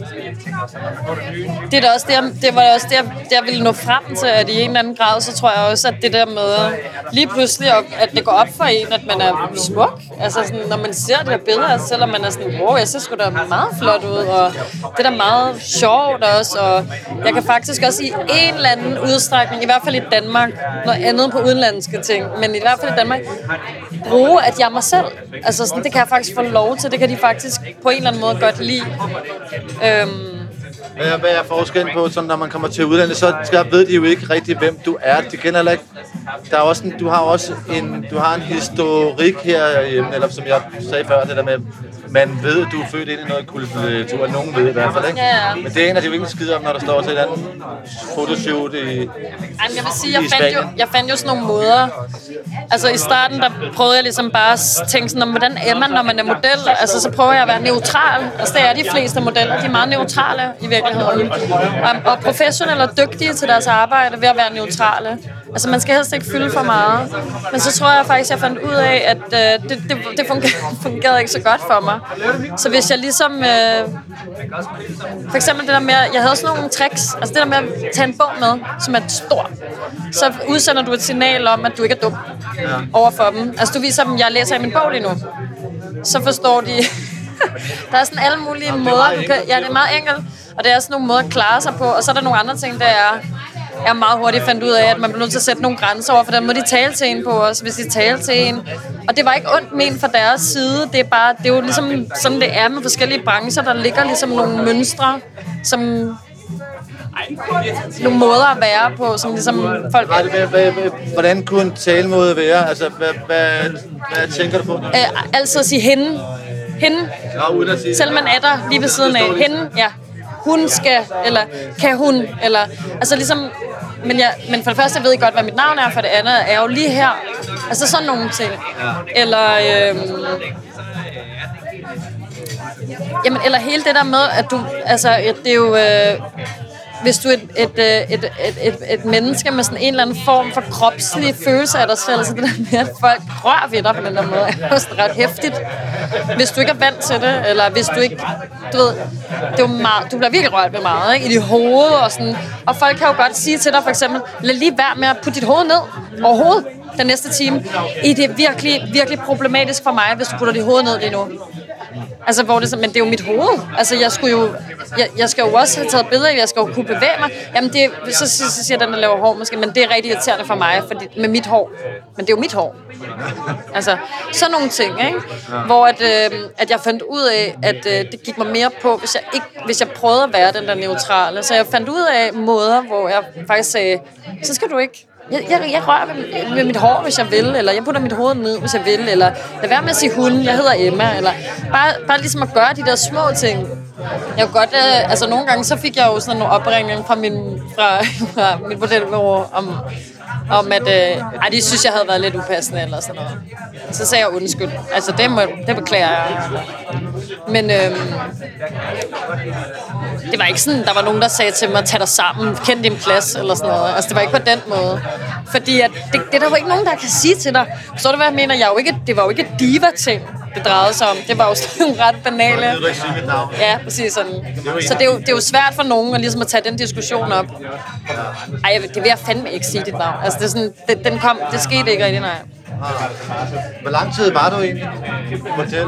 det, er da også der, det var også der, der ville nå frem til, at i en eller anden grad, så tror jeg også, at det der med lige pludselig, at det går op for en, at man er smuk. Altså, sådan, når man ser det der billeder, selvom man er sådan, wow, jeg ser sgu da meget flot ud, og det er da meget sjovt også, og jeg kan faktisk også i en eller anden udstrækning, i hvert fald i Danmark, noget andet på udenlandske ting, men i hvert fald i Danmark, bruge, at jeg er mig selv. Altså, sådan, det kan jeg faktisk få lov til, det kan de faktisk på en eller anden måde godt lide. Øhm, Hvad er forskellen på, sådan, når man kommer til udlandet, så ved de jo ikke rigtig, hvem du er. De kender heller ikke. Der er også en, du har også en, du har en historik herhjemme, eller som jeg sagde før, det der med, man ved, at du er født ind i noget kultur, nogen ved i hvert fald, ikke? Ja, ja. Men det aner de jo ikke skid om, når der står til et andet fotoshoot i Jamen, jeg vil sige, jeg fandt, jo, jeg fandt jo sådan nogle måder. Altså i starten, der prøvede jeg ligesom bare at tænke sådan, hvordan er man, når man er model? Altså så prøver jeg at være neutral. Altså det er de fleste modeller, de er meget neutrale i virkeligheden. Og, og professionelle og dygtige til deres arbejde ved at være neutrale. Altså man skal helst ikke fylde for meget. Men så tror jeg faktisk, jeg fandt ud af, at øh, det, det, det fungerede, fungerede ikke så godt for mig. Så hvis jeg ligesom... Øh, for eksempel det der med, jeg havde sådan nogle tricks. Altså det der med at tage en bog med, som er stor. Så udsender du et signal om, at du ikke er dum. ja. over for dem. Altså, du viser dem, jeg læser i min bog lige nu. Så forstår de... Der er sådan alle mulige måder. Du kan, ja, det er meget enkelt. Og det er sådan nogle måder at klare sig på. Og så er der nogle andre ting, der er... Jeg meget hurtigt fandt ud af, at man bliver nødt til at sætte nogle grænser over, for den må de tale til en på os, hvis de taler til en. Og det var ikke ondt ment fra deres side. Det er bare, det er jo ligesom sådan, det er med forskellige brancher. Der ligger ligesom nogle mønstre, som... nogle måder at være på, som ligesom folk... Hvordan kunne en talemåde være? Altså, hvad, hvad, hvad tænker du på? Æ, altså at sige hende. Hende. Selv man er der lige ved siden af. Hende, ja. Hun skal, eller kan hun, eller... Altså ligesom... Men, jeg, men for det første, jeg ved godt, hvad mit navn er, for det andet er jo lige her. Altså sådan nogle ting. Eller... Øhm, jamen, eller hele det der med, at du... Altså, det er jo... Øh, hvis du er et, et, et, et, et, et menneske med sådan en eller anden form for kropslig følelse af dig selv, så det der med, at folk rører ved dig på den der måde, er også ret hæftigt. Hvis du ikke er vant til det, eller hvis du ikke, du ved, det er jo meget, du bliver virkelig rørt ved meget, ikke? I dit hoved og sådan, og folk kan jo godt sige til dig for eksempel, lad lige være med at putte dit hoved ned overhovedet den næste time. I det er virkelig, virkelig problematisk for mig, hvis du putter dit hoved ned lige nu. Altså, hvor det så, men det er jo mit hoved. Altså, jeg skulle jo, jeg, jeg skal jo også have taget billeder, jeg skal jo kunne bevæge mig. Jamen, det, så, så, så siger den, der laver hår måske, men det er rigtig irriterende for mig, fordi, med mit hår. Men det er jo mit hår. Altså, sådan nogle ting, ikke? Hvor at, øh, at jeg fandt ud af, at øh, det gik mig mere på, hvis jeg, ikke, hvis jeg prøvede at være den der neutrale. Så jeg fandt ud af måder, hvor jeg faktisk sagde, så skal du ikke... Jeg, jeg, jeg rører med, med mit hår, hvis jeg vil, eller jeg putter mit hoved ned, hvis jeg vil, eller lad være med at sige hun, jeg hedder Emma, eller bare, bare ligesom at gøre de der små ting. Jeg kunne godt, øh, altså nogle gange, så fik jeg jo sådan nogle opringninger fra min, fra, fra mit modelbureau om, om at, øh, ej, de synes, jeg havde været lidt upassende, eller sådan noget. Så sagde jeg undskyld. Altså, det, må, det beklager jeg. Men øh, det var ikke sådan, der var nogen, der sagde til mig, tag dig sammen, kend din plads, eller sådan noget. Altså, det var ikke på den måde. Fordi at det, det er der jo ikke nogen, der kan sige til dig. Så er det, hvad jeg mener, jeg jo ikke, det var jo ikke diva-ting, det drejede sig om. Det var jo sådan ret banale. Ja, præcis sådan. Så det er, jo, det er jo svært for nogen at, ligesom at tage den diskussion op. Ej, det vil jeg fandme ikke sige dit navn. Altså, det er sådan, det, den kom, det skete ikke rigtig, nej. Hvor lang tid var du egentlig model?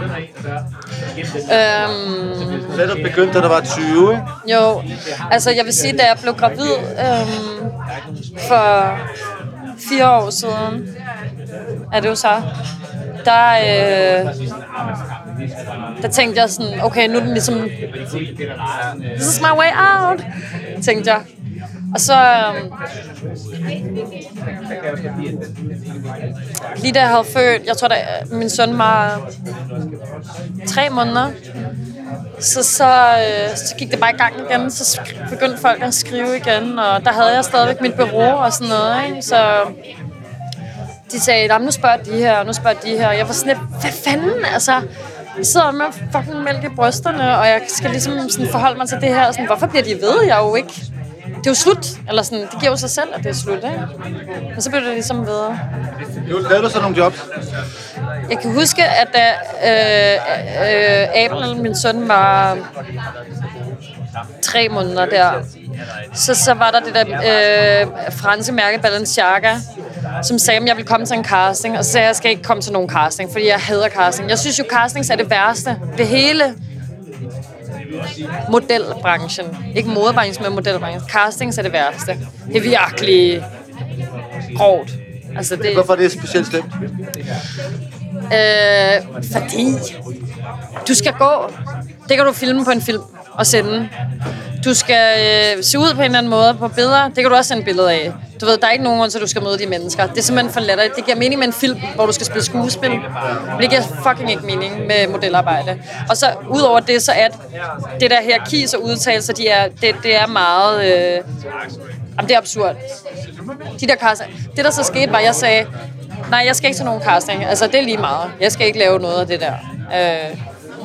Øhm, Så du begyndte, da du var tyve, ikke? Jo, altså jeg vil sige, da jeg blev gravid øhm, for fire år siden, er det jo så, der, øh, der tænkte jeg sådan, okay, nu er den ligesom, this is my way out, tænkte jeg. Og så, øhm, lige da jeg havde født, jeg tror da min søn var tre måneder, så, så, øh, så gik det bare i gang igen, så skri- begyndte folk at skrive igen, og der havde jeg stadigvæk mit bureau og sådan noget, ikke? Så de sagde, nu spørger de her, og nu spørger de her, og jeg var sådan lidt, hvad fanden, altså, jeg sidder med fucking mælk i brysterne, og jeg skal ligesom sådan forholde mig til det her, og sådan, hvorfor bliver de ved, jeg er jo ikke... Det er jo slut, eller sådan, det giver jo sig selv, at det er slut, ikke? Og så blev det ligesom videre. Jo, lavede du så nogle jobs? Jeg kan huske, at da øh, øh, Abel, min søn, var tre måneder der, så, så var der det der øh, franske mærke Balenciaga, som sagde, at jeg ville komme til en casting, og så sagde jeg, at jeg skal ikke komme til nogen casting, fordi jeg hader casting. Jeg synes jo, castings er det værste ved hele modelbranchen. Ikke modebranchen, men modelbranchen. Castings er det værste. Det er virkelig grovt. Altså, det... Hvorfor er det specielt slemt? Øh, fordi du skal gå. Det kan du filme på en film og sende. Du skal øh, se ud på en eller anden måde på billeder. Det kan du også sende billeder af. Du ved, der er ikke nogen grund til, at du skal møde de mennesker. Det er simpelthen for lettere. Det giver mening med en film, hvor du skal spille skuespil. Men det giver fucking ikke mening med modelarbejde. Og så udover det, så er det der hierarki og udtalelser, de er, det, det er meget... Øh, jamen, det er absurd. De der casting. Det der så skete var, jeg sagde, nej, jeg skal ikke til nogen casting. Altså, det er lige meget. Jeg skal ikke lave noget af det der. Øh,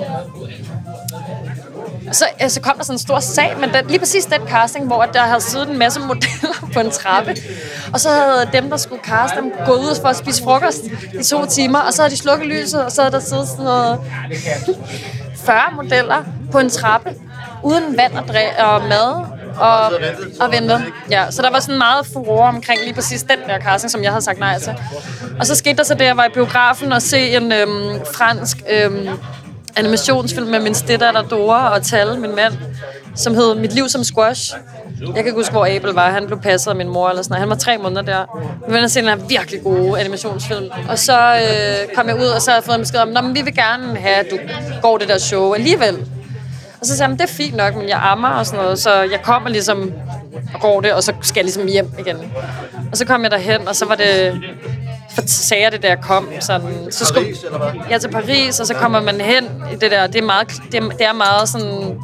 Så, så kom der sådan en stor sag, men den, lige præcis den casting, hvor der havde siddet en masse modeller på en trappe, og så havde dem, der skulle caste dem, gået ud for at spise frokost i to timer, og så havde de slukket lyset, og så havde der siddet sådan noget fyrre modeller på en trappe, uden vand og, dræ- og mad, og, og ventet. Ja, så der var sådan meget furore omkring lige præcis den der casting, som jeg havde sagt nej til. Og så skete der så det, jeg var i biografen og se en øhm, fransk øhm, animationsfilm med min steddatter Dora og Tal, min mand, som hed Mit liv som squash. Jeg kan ikke huske, hvor Abel var. Han blev passet af min mor eller sådan noget. Han var tre måneder der. Vi var se en af virkelig gode animationsfilm. Og så øh, kom jeg ud, og så havde jeg fået en besked om, Nå, men vi vil gerne have, at du går det der show alligevel. Og så sagde jeg, det er fint nok, men jeg ammer og sådan noget. Så jeg kommer ligesom og går det, og så skal jeg ligesom hjem igen. Og så kom jeg derhen, og så var det... For sagde jeg det, da jeg kom. Sådan, så skulle, Paris, eller hvad? Ja, til Paris, og så kommer man hen i det der. Det er meget, det er, det er meget sådan...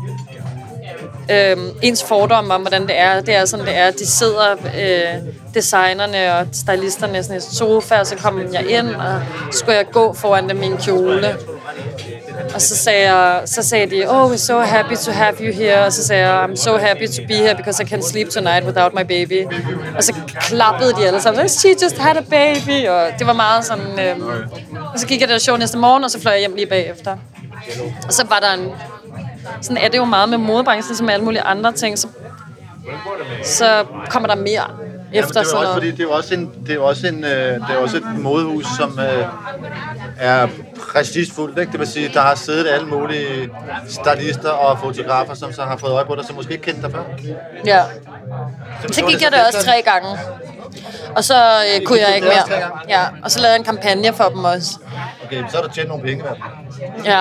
Øhm, ens fordom om, hvordan det er. Det er sådan, det er. De sidder, øh, designerne og stylisterne, sådan i sofa, og så kom jeg ind, og så skulle jeg gå foran dem i en kjole. Og så sagde, jeg, så sagde de, oh, we're so happy to have you here. Og så sagde jeg, I'm so happy to be here, because I can't sleep tonight without my baby. Og så klappede de alle sammen, she just had a baby. Og det var meget sådan... Øh, og så gik jeg der show næste morgen, og så fløj jeg hjem lige bagefter. Og så var der en... Sådan er det jo meget med modebranchen, som alle mulige andre ting, så, så kommer der mere efter ja, sådan noget. Fordi det er jo også en, det er også en, det er også et modehus, som øh, er prestigefuldt, ikke? Det vil sige, der har siddet alle mulige stylister og fotografer, som så har fået øje på dig, som måske ikke kendte dig før. Ja. Så gik jeg der også tre gange. Og så øh, kunne jeg ikke mere. Ja, og så lavede jeg en kampagne for dem også. Okay, så har du tjent nogle penge med. Ja.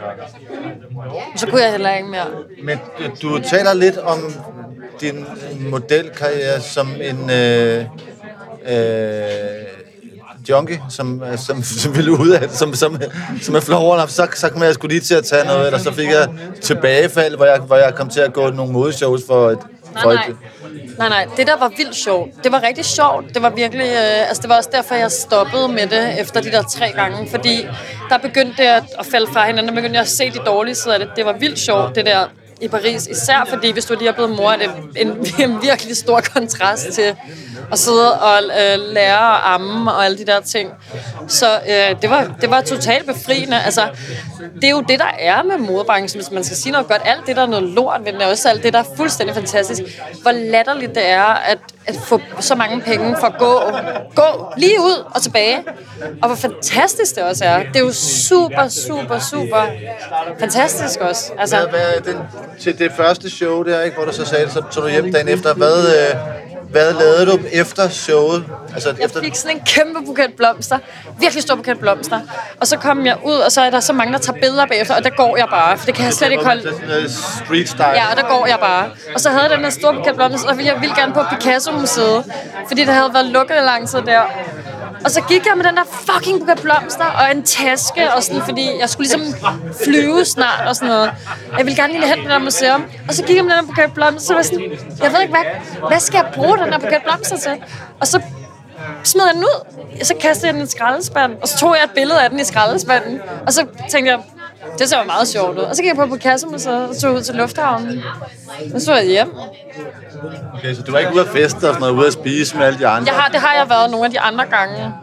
Så kunne jeg heller ikke mere. Men du taler lidt om din modelkarriere som en øh, øh, junkie, som, som, som ville ud af det, som, som, som er floweren. Så, så kom jeg sgu lige til at tage noget, eller så fik jeg tilbagefald, hvor jeg, hvor jeg kom til at gå nogle modeshows for et... Nej, nej. Nej, nej. Det der var vildt sjovt. Det var rigtig sjovt. Det var virkelig... Øh, altså, det var også derfor, jeg stoppede med det efter de der tre gange. Fordi der begyndte det at, at falde fra hinanden. Der begyndte jeg at se de dårlige sider af det. Det var vildt sjovt, det der i Paris. Især fordi, hvis du lige er blevet mor, er det en, en virkelig stor kontrast til at sidde og øh, lære at amme og alle de der ting. Så øh, det, var, det var totalt befriende. Altså, det er jo det, der er med modebranchen, hvis man skal sige noget godt. Alt det, der er noget lort ved den, er også alt det, der er fuldstændig fantastisk. Hvor latterligt det er at, at få så mange penge for at gå, gå lige ud og tilbage. Og hvor fantastisk det også er. Det er jo super, super, super fantastisk også. Altså, hvad, hvad den, til det første show der, ikke, hvor du så sagde, så tog du hjem dagen efter. Hvad, øh, hvad lavede du efter showet? Altså, jeg efter... fik sådan en kæmpe buket blomster. Virkelig stor buket blomster. Og så kom jeg ud, og så er der så mange, der tager billeder bagefter, og der går jeg bare. For det kan jeg slet ikke holde. Det er street style. Ja, og der går jeg bare. Og så havde jeg den her store buket blomster, og jeg ville gerne på Picasso-museet. Fordi det havde været lukket lang tid der. Og så gik jeg med den der fucking buket blomster og en taske, og sådan, fordi jeg skulle ligesom flyve snart og sådan noget. Jeg ville gerne lige hen på det der museum. Og så gik jeg med den der buket blomster, så var jeg sådan, jeg ved ikke, hvad, hvad skal jeg bruge den der buket blomster til? Og så smed jeg den ud. Så kastede jeg den i en skraldespand, og så tog jeg et billede af den i skraldespanden. Og så tænkte jeg, det ser meget sjovt ud. Og så gik jeg på Picasso-museet og tog ud til lufthavnen. Og så var jeg hjem. Okay, så du var ikke ude at feste og sådan noget, ude at spise med alle de andre? Jeg har, det har jeg været nogle af de andre gange.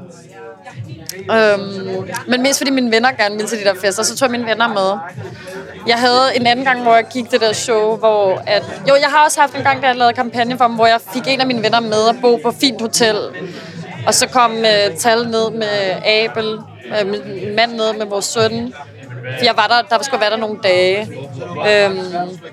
Øhm, men mest fordi mine venner gerne ville til de der fester, så tog jeg mine venner med. Jeg havde en anden gang, hvor jeg gik det der show, hvor at... Jo, jeg har også haft en gang, da jeg lavede kampagne for dem, hvor jeg fik en af mine venner med at bo på fint hotel. Og så kom uh, Tal ned med Abel, uh, min mand ned med vores søn. Jeg var der, der skulle være der nogle dage. Øhm,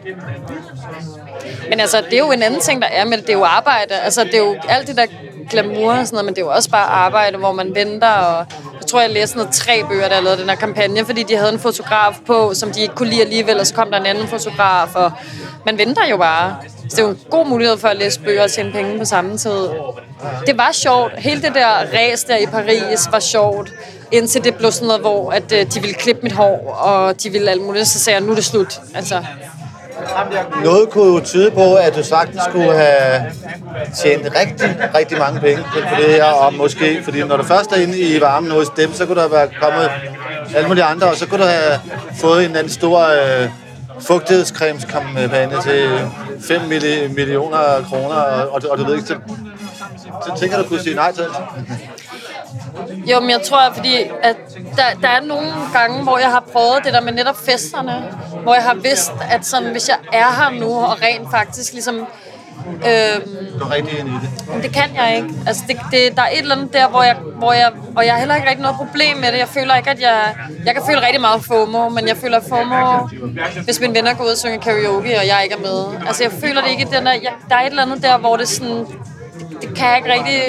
men altså, det er jo en anden ting, der er med det. Det er jo arbejde. Altså, det er jo alt det der glamour og sådan noget, men det er jo også bare arbejde, hvor man venter. Og jeg tror, jeg læste noget tre bøger, der lavede den her kampagne, fordi de havde en fotograf på, som de ikke kunne lide alligevel, og så kom der en anden fotograf, og man venter jo bare. Så det er jo en god mulighed for at læse bøger og tjene penge på samme tid. Det var sjovt. Hele det der ræs der i Paris var sjovt, indtil det blev sådan noget, hvor at, øh, de ville klippe mit hår, og de ville alt muligt, så sagde jeg, nu er det slut. Altså. Noget kunne jo tyde på, at du sagtens skulle have tjent rigtig, rigtig mange penge på det her, og måske, fordi når du først er inde i varmen hos dem, så kunne der være kommet alle mulige andre, og så kunne du have fået en anden stor øh, fugtighedscremskampagne til fem millioner kroner, og, og, og du ved ikke, så, så tænker du kunne sige nej til det. Jo, men jeg tror, fordi at der, der er nogle gange, hvor jeg har prøvet det der med netop festerne, hvor jeg har vidst, at sådan, hvis jeg er her nu, og rent faktisk ligesom Du er rigtig inde i det. Det kan jeg ikke. Altså, det, det, der er et eller andet der, hvor jeg, hvor jeg... Og jeg har heller ikke rigtig noget problem med det. Jeg føler ikke, at jeg... Jeg kan føle rigtig meget FOMO, men jeg føler FOMO, hvis mine venner går ud og synger karaoke, og jeg ikke er med. Altså, jeg føler det ikke... Den der, jeg, der er et eller andet der, hvor det sådan... Det, det kan jeg ikke rigtig...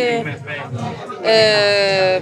Øh,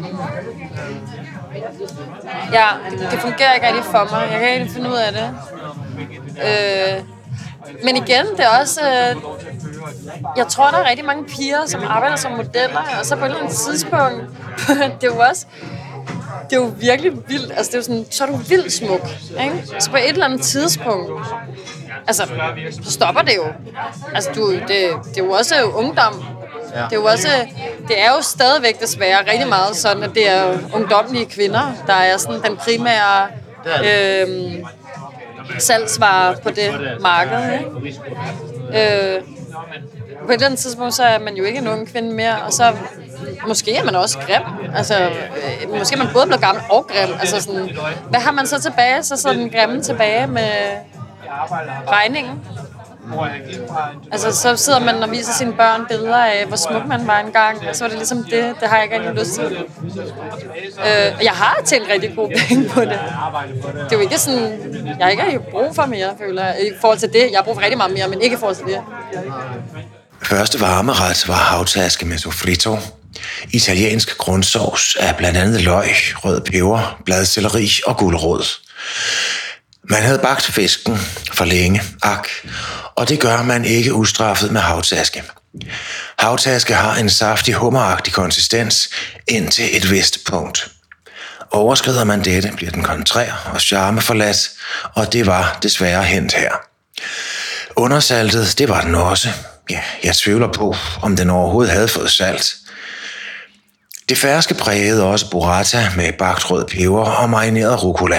ja, det, det fungerer ikke rigtig for mig. Jeg kan ikke finde ud af det. Øh, men igen, det er også... Øh, jeg tror, der er rigtig mange piger, som arbejder som modeller, og så på et eller andet tidspunkt, det er jo også, det er jo virkelig vildt, altså det er jo sådan, så er du vildt smuk, ikke? Så på et eller andet tidspunkt, altså, så stopper det jo. Altså, du, det, det er jo også ungdom. Det er jo også, det er jo stadigvæk desværre rigtig meget sådan, at det er ungdomlige kvinder, der er sådan den primære øh, salgsvare på det marked, ikke? Øh, på et eller andet tidspunkt, så er man jo ikke en ung kvinde mere, og så måske er man også grim. Altså, øh, måske er man både blevet gammel og grim. Altså sådan, hvad har man så tilbage? Så sådan grimme tilbage med regningen. Altså, så sidder man og viser sine børn billeder af, hvor smuk man var engang, og så var det ligesom det. Det har jeg ikke rigtig lyst til. Øh, jeg har tjent rigtig gode penge på det. Det er jo ikke sådan, jeg ikke har brug for mere, føler jeg. I forhold til det, jeg har brug for rigtig meget mere, men ikke i forhold til det. Første varmeret var havtaske med sofrito. Italiensk grundsovs af blandt andet løg, rød peber, bladselleri og gulerod. Man havde bagt fisken for længe, ak, og det gør man ikke ustraffet med havtaske. Havtaske har en saftig hummeragtig konsistens indtil et vist punkt. Overskrider man dette, bliver den kontrær og charmeforladt, og det var desværre hent her. Undersaltet, det var den også. Ja, jeg tvivler på, om den overhovedet havde fået salt. Det ferske prægede også burrata med bagt rød peber og marineret rucola.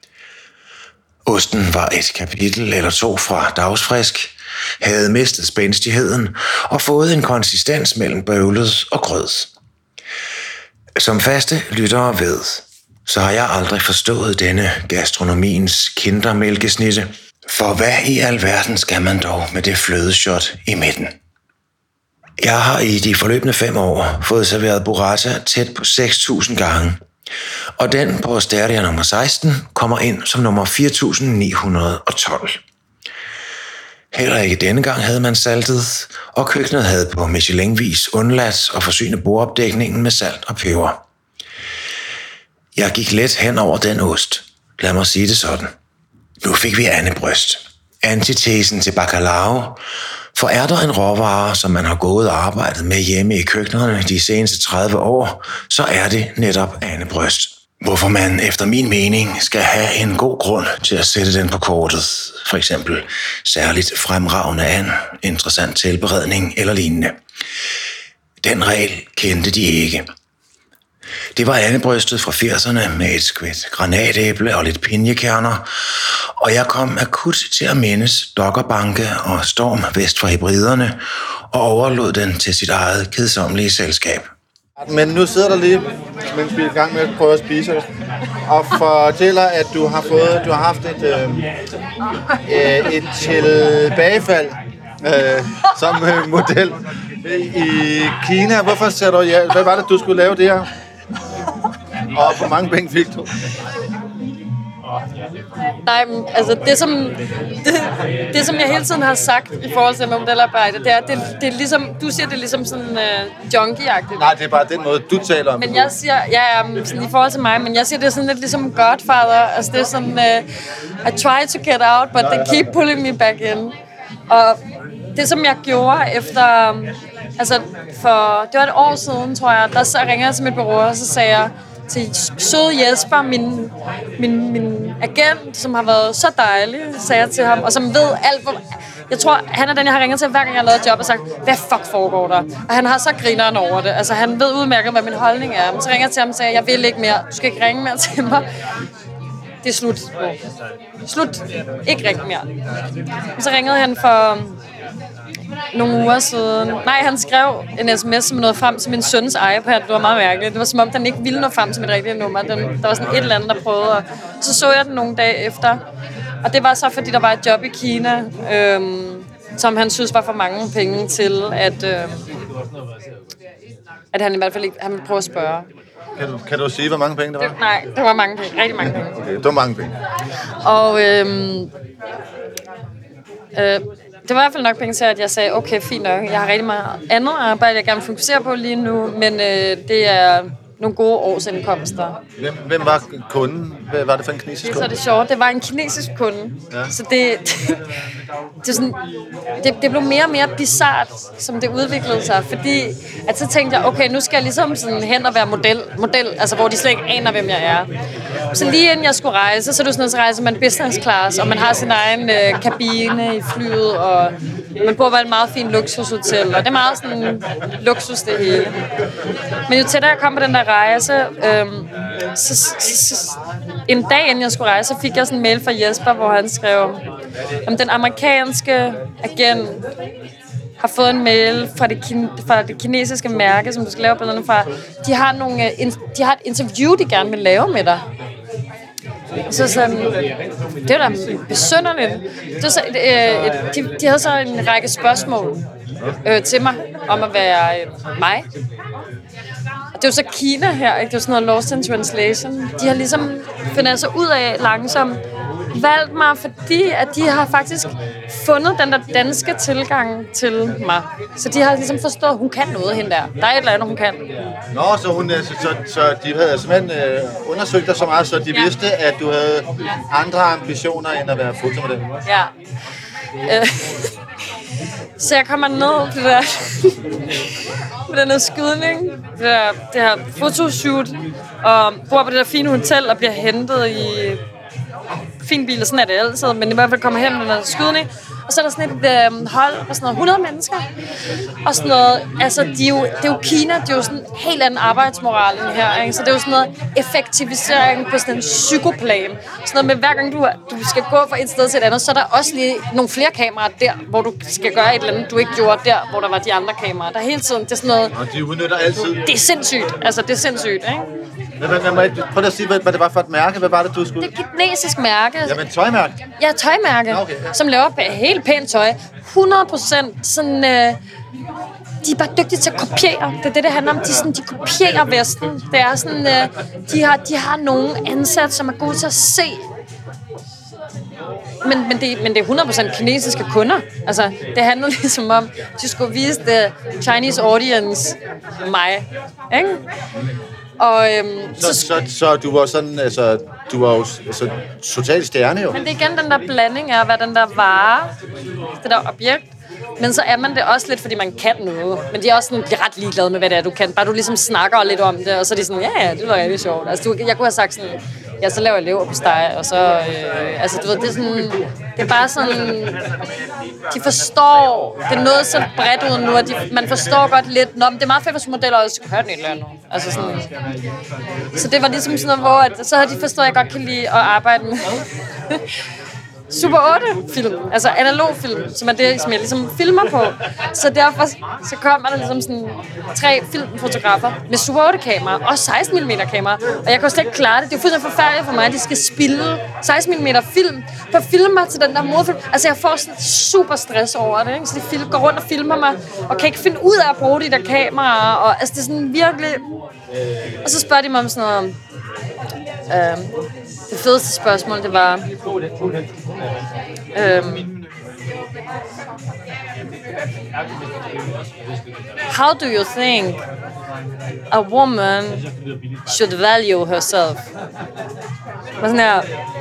Osten var et kapitel eller to fra dagsfrisk, havde mistet spændstigheden og fået en konsistens mellem bøvlet og grød. Som faste lyttere ved, så har jeg aldrig forstået denne gastronomiens kindermælkesnitte. For hvad i alverden skal man dog med det flødeshot i midten? Jeg har i de forløbende fem år fået serveret burrata tæt på seks tusind gange, og den på Osteria nummer seksten kommer ind som nummer fire tusind ni hundrede og tolv. Heller ikke denne gang havde man saltet, og køkkenet havde på Michelin-vis undladt at forsyne bordopdækningen med salt og peber. Jeg gik let hen over den ost. Lad mig sige det sådan. Nu fik vi andebryst. Antitesen til bacalao. For er der en råvare, som man har gået og arbejdet med hjemme i køkkenerne de seneste tredive år, så er det netop andebryst. Hvorfor man efter min mening skal have en god grund til at sætte den på kortet. For eksempel særligt fremragende an, interessant tilberedning eller lignende. Den regel kendte de ikke. Det var andebrystet fra firserne med et skvæt granatæble og lidt pinjekerner, og jeg kom akut til at mindes Dokkerbanke og Storm vest for Hebriderne og overlod den til sit eget kedsommelige selskab. Men nu sidder der lige, mens vi er i gang med at prøve at spise, og fortæller, at du har fået, du har haft et, øh, et tilbagefald øh, som øh, model i Kina. Hvorfor sagde du ja? Hvad var det, du skulle lave det her? Og hvor mange penge fik du? Nej, men altså det som, det, det som jeg hele tiden har sagt i forhold til modelarbejde, det er, det, det er ligesom, du siger det er ligesom sådan uh, junkie-agtigt. Nej, det er bare den måde, du taler om. Men jeg siger, ja, sådan i forhold til mig, men jeg siger det er sådan lidt ligesom Godfather, altså det er sådan, uh, I try to get out, but they keep pulling me back in. Og det som jeg gjorde efter, um, altså for, det var et år siden, tror jeg, der så ringede jeg til mit bureau, og så sagde jeg, til søde Jesper, min, min, min agent, som har været så dejlig, sagde jeg til ham, og som ved alt, hvor... Jeg tror, han er den, jeg har ringet til, hver gang jeg har lavet et job, og sagt, hvad fuck foregår der? Og han har så grineren over det. Altså, han ved udmærket, hvad min holdning er. Men så ringer jeg til ham og siger, jeg vil ikke mere. Du skal ikke ringe mere til mig. Det er slut. Slut. Ikke ringe mere. Og så ringede han for nogle uger siden. Nej, han skrev en sms, som nåede frem til min søns iPad. Det var meget mærkeligt. Det var som om, den ikke ville nå frem til mit rigtige nummer. Den, der var sådan et eller andet, der prøvede. Og så så jeg den nogle dage efter. Og det var så, fordi der var et job i Kina, øhm, som han synes var for mange penge til, at, øh, at han i hvert fald ikke, han ville prøve at spørge. Kan du, kan du sige, hvor mange penge det var? Det, nej, det var mange penge. Rigtig mange penge. Okay, det var mange penge. Og øhm, øh, det var i hvert fald nok penge til, at jeg sagde, okay, fint nok, jeg har rigtig meget andet arbejde, jeg gerne vil fokusere på lige nu, men øh, det er nogle gode årsindkomster. Hvem, hvem var kunden? Hvad var det for en kinesisk Det er kunde? så det sjovt. Det var en kinesisk kunde. Ja. Så det, det, det, er sådan, det, det blev mere og mere bizart, som det udviklede sig. Fordi at så tænkte jeg, okay, nu skal jeg ligesom sådan hen og være model, model, altså hvor de slet ikke aner, hvem jeg er. Så lige inden jeg skulle rejse, så er det sådan noget, så rejser man business class, og man har sin egen øh, kabine i flyet, og man bor på et meget fint luksushotel, og det er meget sådan luksus det hele. Men jo tættere jeg kom på den der rejse, øhm, så, så, så, en dag inden jeg skulle rejse, så fik jeg sådan en mail fra Jesper, hvor han skrev, om den amerikanske agent har fået en mail fra det, kin- fra det kinesiske mærke, som du skal lave billederne fra. De har, nogle, de har et interview, de gerne vil lave med dig. Så sådan, det var da besynderligt. Det var så, øh, et, de, de havde så en række spørgsmål øh, til mig om at være øh, mig. Og det er jo så Kina her, ikke? Det er sådan noget lost in translation. De har ligesom fundet sig ud af langsomt valgt mig, fordi at de har faktisk fundet den der danske tilgang til mig. Så de har ligesom forstået, at hun kan noget hende der. Der er et eller andet, hun kan. Nå, så, hun, så, så, så de havde simpelthen øh, undersøgt dig så meget, så de ja. vidste, at du havde andre ambitioner, end at være fotomodel. Ja. Øh. Så jeg kommer ned på det der, på den der skydning, det, der, det her fotoshoot, og bor på det der fine hotel og bliver hentet i fin bil, og sådan er det altid, men i hvert fald kommer hen med den der skydning, og så er der sådan et øh, hold af sådan noget hundrede mennesker, og sådan noget, altså de er jo, det er jo Kina, det er jo sådan en helt anden arbejdsmoral end her, ikke? Så det er jo sådan noget effektivisering på sådan en psykoplan, sådan noget med hver gang du, du skal gå fra et sted til et andet, så er der også lige nogle flere kameraer der, hvor du skal gøre et eller andet, du ikke gjorde der, hvor der var de andre kameraer, der hele tiden, det er sådan noget, og de udnytter altid. Det er sindssygt, altså det er sindssygt, ikke? Men, men, men, prøv lige at sige, hvad, hvad det var for et mærke, hvad var det, du skulle? Det er et kinesisk mærke. Jamen, tøjmærke? Ja, tøjmærke, okay, ja. Som laver helt pænt tøj. hundrede procent sådan... Øh, de er bare dygtige til at kopiere. Det er det, det handler om. De, sådan, de kopierer Vesten. Det er sådan... Øh, de, har, de har nogen ansat, som er gode til at se. Men, men, det, men det er hundrede procent kinesiske kunder. Altså, det handler ligesom om, de skulle vise the Chinese audience mig. Ikke? Og, øhm, så, så, så, så du var sådan, altså, du var jo altså, totalt stjerne jo. Men det er igen den der blanding af at være den der vare, det der objekt, men så er man det også lidt, fordi man kan noget. Men de er også sådan, de er ret ligeglade med, hvad det er, du kan. Bare du ligesom snakker lidt om det, og så er de sådan, ja, ja, det var rigtig sjovt. Altså, du, jeg kunne have sagt sådan, ja, så laver jeg leverpostej, og så, øh, altså, du ved, det er sådan, det er bare sådan, de forstår, det er noget så bredt ud nu, at de, man forstår godt lidt, nå, men det er meget fedt, hvis modeller også kan høre den et eller andet. Altså sådan, så det var ligesom sådan noget, hvor at, så har de forstået, at jeg godt kan lide at arbejde med Super otte-film, altså analogfilm, som er det, som jeg ligesom filmer på. Så derfor så kommer der ligesom sådan tre filmfotografer med Super otte-kamera og seksten millimeter kamera. Og jeg kan jo slet ikke klare det. Det er jo fuldstændig forfærdeligt for mig, at de skal spille seksten millimeter film på filmer til den der modefilm. Altså jeg får sådan super stress over det, ikke? Så de film, går rundt og filmer mig og kan ikke finde ud af at bruge de der kameraer. Og, altså det er sådan virkelig... Og så spørger de mig om sådan noget... Øhm, det fedeste spørgsmål, det var... Øhm, How do you think a woman should value herself? Sådan her.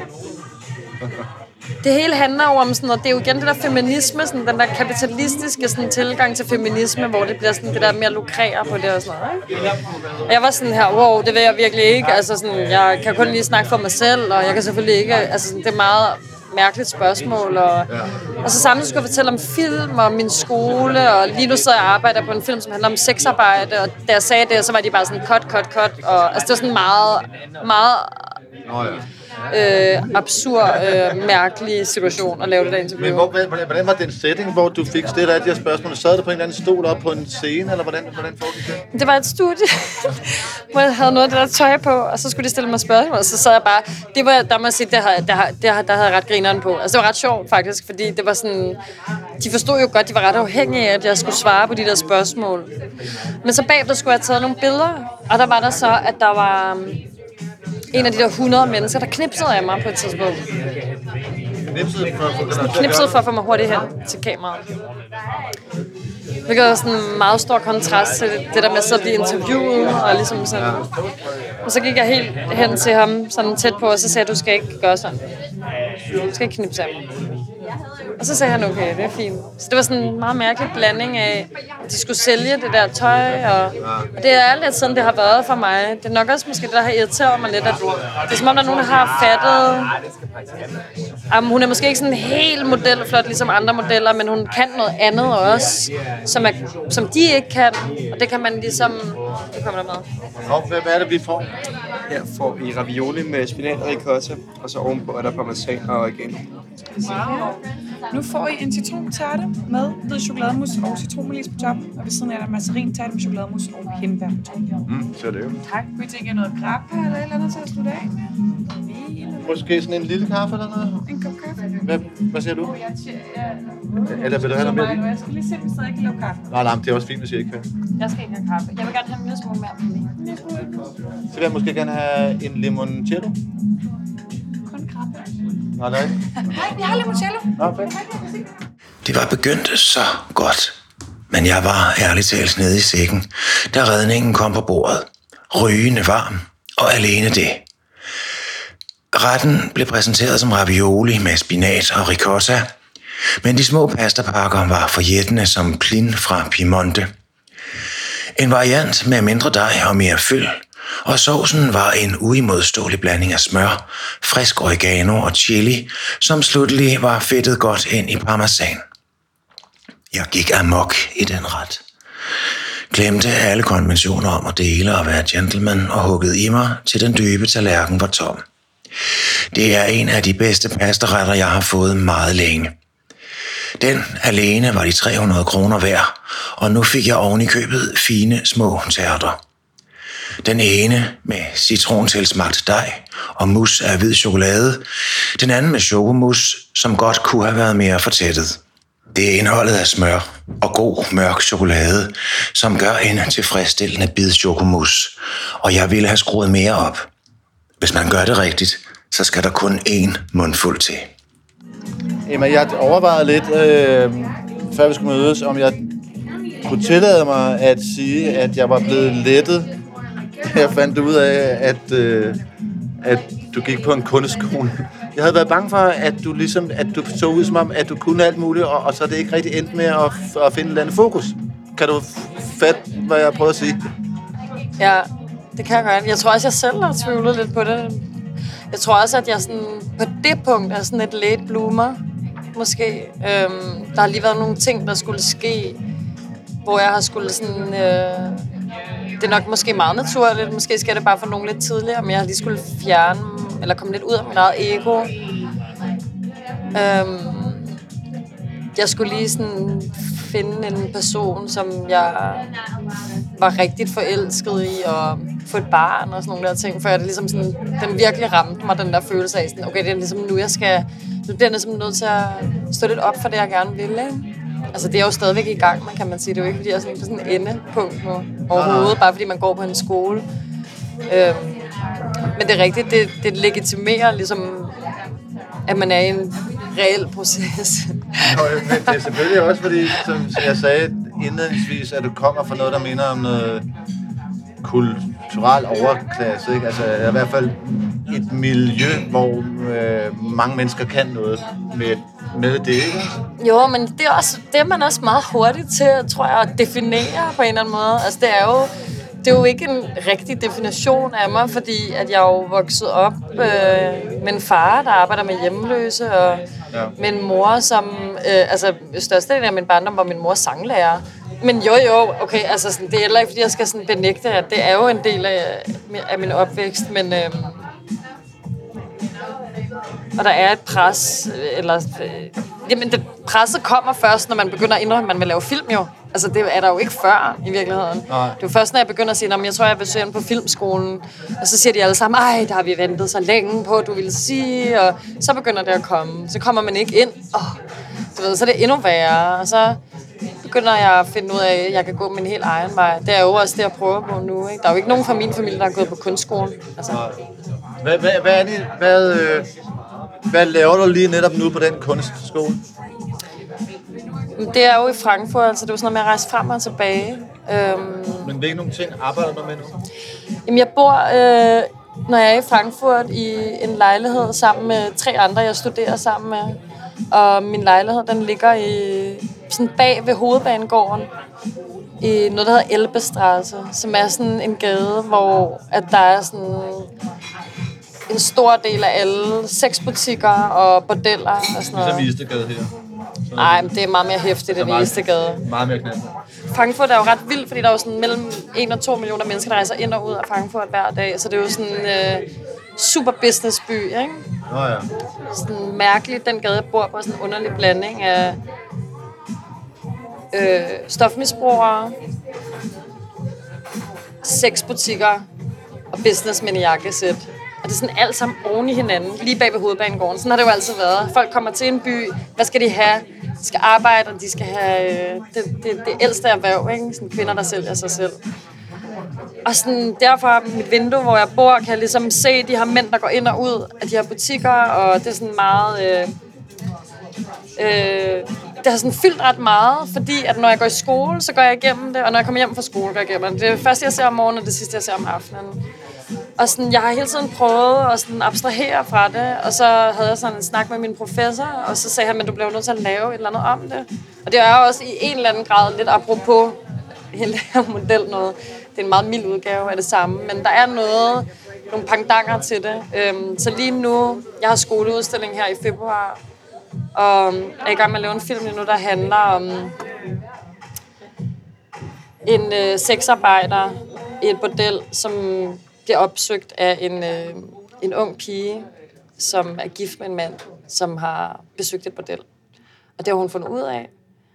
Det hele handler jo om sådan noget, det er jo igen det der feminisme, sådan den der kapitalistiske sådan tilgang til feminisme, hvor det bliver sådan det der mere lukrere på det og sådan noget, ikke? Og jeg var sådan her, wow, det vil jeg virkelig ikke, altså sådan, jeg kan kun lige snakke for mig selv, og jeg kan selvfølgelig ikke, altså sådan, det er meget mærkeligt spørgsmål, og, og så samtidig skulle jeg fortælle om film og min skole, og lige nu så jeg arbejder på en film, som handler om sexarbejde, og da jeg sagde det, så var de bare sådan, cut, cut, cut, og altså det var sådan meget, meget... Oh, ja. øh, absurd, øh, mærkelig situation at lave det der interview. Men hvor, hvordan, hvordan var den setting, hvor du fik stillet alle de her spørgsmål? Sad du på en eller anden stol op på en scene, eller hvordan, hvordan foregik det? Det var et studie, hvor jeg havde noget af det der tøj på, og så skulle de stille mig spørgsmål, og så sad jeg bare... Det var, der må jeg sige, der havde, der, der, der havde jeg ret grineren på. Altså, det var ret sjovt, faktisk, fordi det var sådan... De forstod jo godt, de var ret afhængige af, at jeg skulle svare på de der spørgsmål. Men så bagefter skulle jeg have taget nogle billeder, og der var der så, at der var en af de der hundrede mennesker, der knipsede af mig på et tidspunkt. Knipsede for, for, knipsede for at få mig hurtigt hen til kameraet. Hvilket var sådan en meget stor kontrast til det der med at sidde og blive interviewet, og ligesom sådan. Og så gik jeg helt hen til ham, sådan tæt på, og så sagde jeg, du skal ikke gøre sådan. Du skal ikke knipse af mig. Og så sagde han, okay, det er fint. Så det var sådan en meget mærkelig blanding af, at de skulle sælge det der tøj, og, og det er lidt sådan, det har været for mig. Det er nok også måske det, der har irriteret mig lidt, at det er som om, der er nogen, der har fattet, um, hun er måske ikke sådan helt modelflot, ligesom andre modeller, men hun kan noget andet også, som, er, som de ikke kan, og det kan man ligesom, det kommer der med. Og hvad er det, vi får? Her får vi ravioli med spinat og ricotta, og så ovenpå er der parmesan og oregano. Wow. Nu får I en citrontærte med hvid chokolademus og citronmelis på toppen, og ved siden er der mazarin-tærte med chokolademus og hindbær på toppen. Mm, så er det jo. Tak. Kunne I tænke jer noget grappa eller et eller andet til at slutte af? Måske sådan en lille kaffe eller noget? En kop kaffe? Hvad, hvad siger du? Jeg, jeg, Eller vil du have noget mere? Jeg skal lige se, om vi stadig kan lave kaffe. Nej, nej, det er også fint, hvis jeg ikke kan. Jeg skal ikke have kaffe. Jeg vil gerne have en lille smule mere. Så vil jeg måske gerne have en limoncello. Kun grappa. Nej, nej. Nej, vi har limoncello. Nå, fedt. Det var begyndt så godt, men jeg var ærligt talt nede i sækken, da redningen kom på bordet. Rygende varm, og alene det. Retten blev præsenteret som ravioli med spinat og ricotta, men de små pastapakker var forjættende som plin fra Piemonte. En variant med mindre dej og mere fyld, og sovsen var en uimodståelig blanding af smør, frisk oregano og chili, som slutteligt var fedtet godt ind i parmesan. Jeg gik amok i den ret. Glemte alle konventioner om at dele og være gentleman og huggede i mig, til den dybe tallerken var tom. Det er en af de bedste pastaretter, jeg har fået meget længe. Den alene var de tre hundrede kroner værd, og nu fik jeg oven i købet fine små tærter. Den ene med citrontilsmagt dej og mus af hvid chokolade, den anden med chokomus, som godt kunne have været mere fortættet. Det er indholdet af smør og god mørk chokolade, som gør en tilfredsstillende bid chokomus, og jeg ville have skruet mere op. Hvis man gør det rigtigt, så skal der kun én mundfuld til. Emma, jeg overvejede lidt, øh, før vi skulle mødes, om jeg kunne tillade mig at sige, at jeg var blevet lettet. Jeg fandt ud af, at, øh, at du gik på en kundeskole. Jeg havde været bange for, at du ligesom, at du så ud som om, at du kunne alt muligt, og, og så er det ikke rigtig endt med at, at finde et eller andet fokus. Kan du fatte, hvad jeg prøver at sige? Ja, det kan jeg godt. Jeg tror også, jeg selv har tvivlet lidt på det. Jeg tror også, at jeg sådan, på det punkt er sådan et late bloomer, måske. Øhm, der har lige været nogle ting, der skulle ske, hvor jeg har skulle sådan... Øh, det er nok måske meget naturligt. Måske skal det bare for nogen lidt tidligere, men jeg har lige skulle fjerne, eller komme lidt ud af mit eget ego. Øhm, jeg skulle lige sådan finde en person, som jeg var rigtig forelsket i, og få et barn og sådan nogle der ting, før det ligesom sådan, den virkelig ramte mig, den der følelse af sådan, okay, det er ligesom nu, jeg skal, nu bliver jeg ligesom nødt til at stå lidt op for det, jeg gerne vil, ikke? Altså, det er jo stadigvæk i gang, man kan man sige. Det er jo ikke, fordi jeg er sådan på sådan en endepunkt nu overhovedet, bare fordi man går på en skole. Øhm, men det er rigtigt, det, det legitimerer ligesom, at man er i en reel proces. Nå, men det er selvfølgelig også, fordi, som jeg sagde indledningsvis, at du kommer fra noget, der minder om noget kulturel overklasse, ikke? Altså, i hvert fald et miljø, hvor øh, mange mennesker kan noget med, med det, ikke? Jo, men det er, også, det er man også meget hurtigt til, tror jeg, at definere på en eller anden måde. Altså, det er jo, det er jo ikke en rigtig definition af mig, fordi at jeg er jo vokset op øh, med en far, der arbejder med hjemløse, og ja. Med en mor, som... Øh, altså, størstedelen af min barndom var min mor sanglærer. Men jo, jo, okay, altså, sådan, det er heller ikke, fordi jeg skal sådan benægte, at det er jo en del af, af min opvækst, men... Øh, og der er et pres, eller... Øh, jamen, det, presset kommer først, når man begynder at indrømme, at man vil lave film jo. Altså, det er der jo ikke før, i virkeligheden. Nej. Det er jo først, når jeg begynder at sige, at jeg tror, jeg vil søge ind på filmskolen. Og så siger de alle sammen, ej, der har vi ventet så længe på, at du ville sige. Og så begynder det at komme. Så kommer man ikke ind. Oh, du ved, så er det endnu værre. Og så begynder jeg at finde ud af, at jeg kan gå min helt egen vej. Det er jo også det, jeg prøver på nu. Ikke? Der er jo ikke nogen fra min familie, der er gået på kunstskolen. Altså. Hvad, hvad, hvad, er det, hvad, øh, hvad laver du lige netop nu på den kunstskole? Det er jo i Frankfurt, altså det er jo sådan noget med at rejse frem og tilbage. Øhm, Men hvilke nogle ting arbejder du med nu? Jamen jeg bor, øh, når jeg er i Frankfurt, i en lejlighed sammen med tre andre, jeg studerer sammen med. Og min lejlighed, den ligger i, sådan bag ved Hovedbanegården, i noget, der hedder Elbestrasse, som er sådan en gade, hvor at der er sådan en stor del af alle sexbutikker og bordeller og sådan noget. Ligesom Istegade her. Nej, men det er meget mere hæftigt end Istegade. Meget mere knald. Frankfurt er jo ret vildt, fordi der er jo sådan mellem en og to millioner mennesker, der rejser ind og ud af Frankfurt hver dag. Så det er jo sådan en øh, super businessby, ikke? Nå ja. Sådan mærkeligt, den gade, jeg bor på, sådan en underlig blanding af øh, stofmisbrugere, sexbutikker og businessmænd i jakkesæt. Og det er sådan alt sammen oven i hinanden, lige bag ved Hovedbanegården. Sådan har det jo altid været. Folk kommer til en by, hvad skal de have? De skal arbejde, og de skal have øh, det, det, det ældste erhverv, ikke? Sådan kvinder, der sælger sig selv. Og sådan, derfor mit vindue, hvor jeg bor, kan jeg ligesom se de her mænd, der går ind og ud af de her butikker, og det er sådan meget... Øh, øh, det har sådan fyldt ret meget, fordi at når jeg går i skole, så går jeg igennem det, og når jeg kommer hjem fra skole, går jeg igennem det. Det er det første, jeg ser om morgenen, og det sidste, jeg ser om aftenen. Og sådan, jeg har hele tiden prøvet at sådan abstrahere fra det, og så havde jeg sådan en snak med min professor, og så sagde han, at du bliver nødt til at lave et eller andet om det. Og det er også i en eller anden grad lidt apropos hele det her model noget. Det er en meget mild udgave af det samme, men der er noget, nogle pangdanger til det. Øhm, så lige nu, jeg har skoleudstilling her i februar, og er i gang med at lave en film lige nu, der handler om en øh, sexarbejder i et bordel, som bliver opsøgt af en, øh, en ung pige, som er gift med en mand, som har besøgt et bordel. Og det har hun fundet ud af.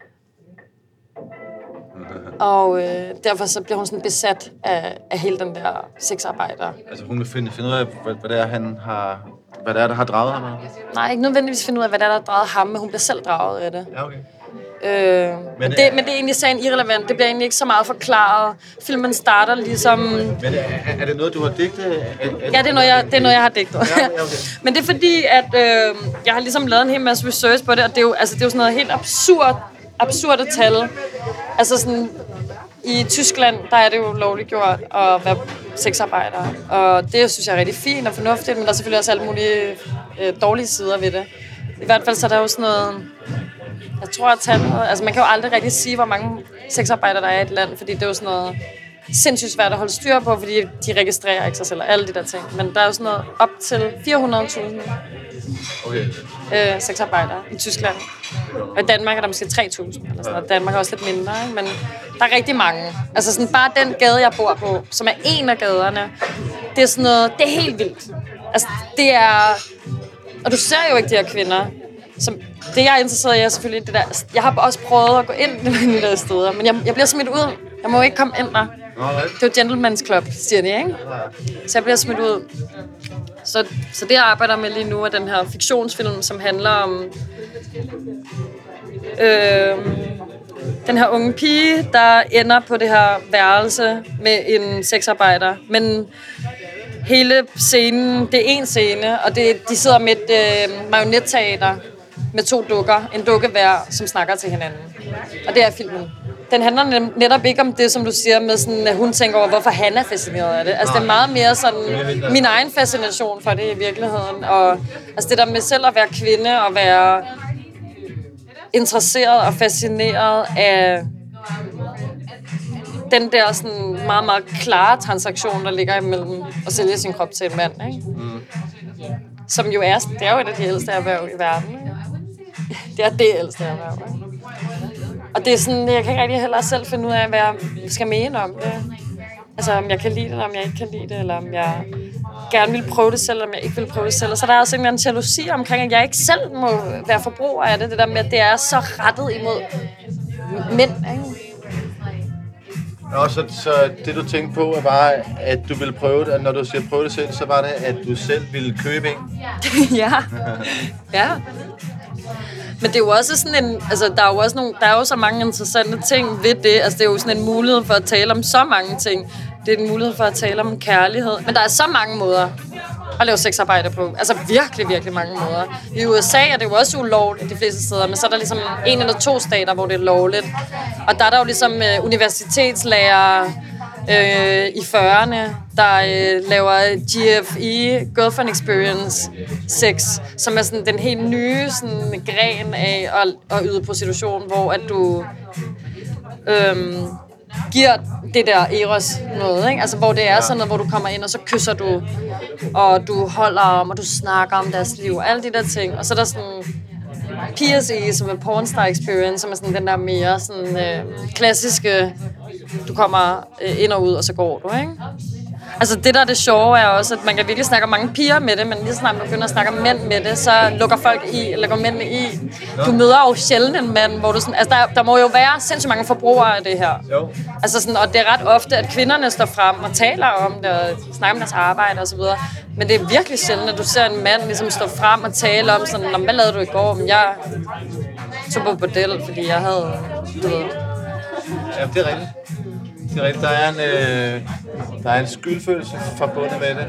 Og øh, derfor så bliver hun sådan besat af, af hele den der sexarbejder. Altså hun vil finde, finde ud af, hvad, hvad det er, han har, hvad det er, der har draget ham? Eller? Nej, ikke nødvendigvis finde ud af, hvad det er, der har draget ham, men hun bliver selv draget af det. Ja, okay. Øh, men, det, men det er egentlig sagen irrelevant. Det bliver egentlig ikke så meget forklaret. Filmen starter ligesom... Men er, er det noget, du har digtet? Er, ja, det er noget, jeg, det er noget, jeg har digtet. Ja, okay. Men det er fordi, at øh, jeg har ligesom lavet en hel masse research på det, og det er jo, altså, det er jo sådan noget helt absurd, absurde tal. Altså sådan... I Tyskland, der er det jo lovligt gjort at være sexarbejder, og det synes jeg er rigtig fint og fornuftigt, men der er selvfølgelig også alle mulige øh, dårlige sider ved det. I hvert fald så er der jo sådan noget... Jeg tror, at tallet... Altså, man kan jo aldrig rigtig sige, hvor mange sexarbejdere der er i et land, fordi det er jo sådan noget sindssygt svært at holde styr på, fordi de registrerer ikke sig selv og alle de der ting. Men der er jo sådan noget op til fire hundrede tusind okay. øh, sexarbejdere i Tyskland. Og i Danmark er der måske tre tusind eller sådan noget. Danmark er også lidt mindre, ikke? Men der er rigtig mange. Altså sådan bare den gade, jeg bor på, som er en af gaderne, det er sådan noget... Det er helt vildt. Altså, det er... Og du ser jo ikke de her kvinder... Som, det jeg er interesseret i er selvfølgelig det der. Jeg har også prøvet at gå ind i de der steder, men jeg, jeg bliver smidt ud. Jeg må ikke komme ind der. Det er jo gentleman's club, siger de, ikke? Så jeg bliver smidt ud. Så, så det jeg arbejder med lige nu er den her fiktionsfilm, som handler om øh, den her unge pige, der ender på det her værelse med en sexarbejder. Men hele scenen, det er en scene, og det, de sidder med et øh, marionetteater med to dukker, en dukke hver, som snakker til hinanden. Og det er filmen. Den handler netop ikke om det, som du siger, med sådan, at hun tænker over, hvorfor han er fascineret af det. Altså, det er meget mere sådan min egen fascination for det i virkeligheden. Og altså, det der med selv at være kvinde og være interesseret og fascineret af den der sådan meget, meget klare transaktion, der ligger imellem at sælge sin krop til en mand, ikke? Mm. Som jo er, det er jo et af de ældste erhverv i verden, ikke? Det er det ældste erhverv, ikke? Og det er sådan, jeg kan ikke rigtig heller selv finde ud af, hvad jeg skal mene om det. Altså, om jeg kan lide det, eller om jeg ikke kan lide det, eller om jeg gerne ville prøve det selv, om jeg ikke ville prøve det selv. Og så der er også en eller anden jalousi omkring, at jeg ikke selv må være forbruger af det. Det der med, at det er så rettet imod mænd, ikke? Nå, så, så det du tænkte på var, at du ville prøve det, og når du siger prøve det selv, så var det, at du selv ville købe en? Ja. Ja. Men det er jo også sådan en, altså der er jo også nogle, der er jo så mange interessante ting ved det. Altså det er jo sådan en mulighed for at tale om så mange ting. Det er en mulighed for at tale om kærlighed. Men der er så mange måder at lave sexarbejde på. Altså virkelig, virkelig mange måder. I U S A er det jo også ulovligt de fleste steder, men så er der ligesom en eller to stater, hvor det er lovligt. Og der er der jo ligesom uh, universitetslærere øh, i fyrrerne, der øh, laver G F E, Girlfriend Experience sex, som er sådan den helt nye sådan, gren af at, at yde prostitution, hvor at du øhm, giver det der eros noget, ikke? Altså hvor det er sådan noget, hvor du kommer ind, og så kysser du, og du holder om, og du snakker om deres liv, alle de der ting. Og så er der sådan P S E, som er Pornstar Experience, som er sådan den der mere sådan øh, klassiske, du kommer øh, ind og ud, og så går du, ikke? Altså det der er det sjove er også, at man kan virkelig snakke om mange piger med det, men lige snart man begynder at snakke om mænd med det, så lukker folk i, eller går mændene i. Du møder jo sjældent en mand, hvor du sådan, altså der, der må jo være sindssygt mange forbrugere af det her. Jo. Altså sådan, og det er ret ofte, at kvinderne står frem og taler om det, og snakker om deres arbejde og så videre. Men det er virkelig sjældent, at du ser en mand ligesom stå frem og tale om sådan, hvad lavede du i går? Men jeg tog på bordel, fordi jeg havde, du ved. Ja, det er rigtigt. Det er rigtigt. Der er en, øh, der er en skyldfølelse forbundet med det.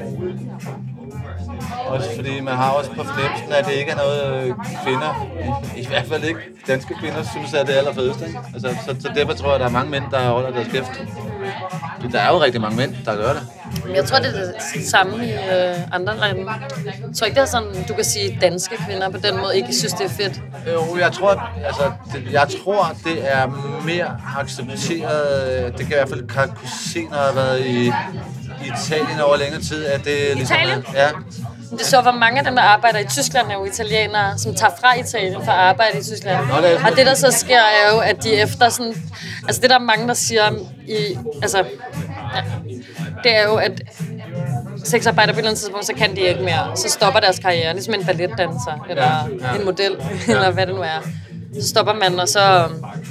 Også fordi man har også på fornemmelsen, at det ikke er noget øh, kvinder, i, i hvert fald ikke danske kvinder, synes at det er allerfedeste. Altså, så, så derfor tror jeg, at der er mange mænd, der holder deres kæft. Der er jo rigtig mange mænd, der gør det. Jeg tror, det er det samme i øh, andre lande. Jeg tror ikke, det er sådan, du kan sige, at danske kvinder på den måde ikke synes, det er fedt. Jo, jeg tror, altså, det, jeg tror, det er mere accepteret. Det kan i hvert fald kunne se, når jeg har været i, i Italien over længere tid, at det ligesom... Italien? Ja. Det er så, hvor mange af dem, der arbejder i Tyskland, er jo italienere, som tager fra Italien for at arbejde i Tyskland. Nå, det og det, der så sker, er jo, at de efter sådan... Altså, det der er mange, der siger i... Altså, ja, det er jo, at sexarbejder på et eller andet tidspunkt, så kan de ikke mere. Så stopper deres karriere, ligesom en balletdanser, eller ja, ja. en model, ja. eller hvad det nu er. Så stopper man, og så...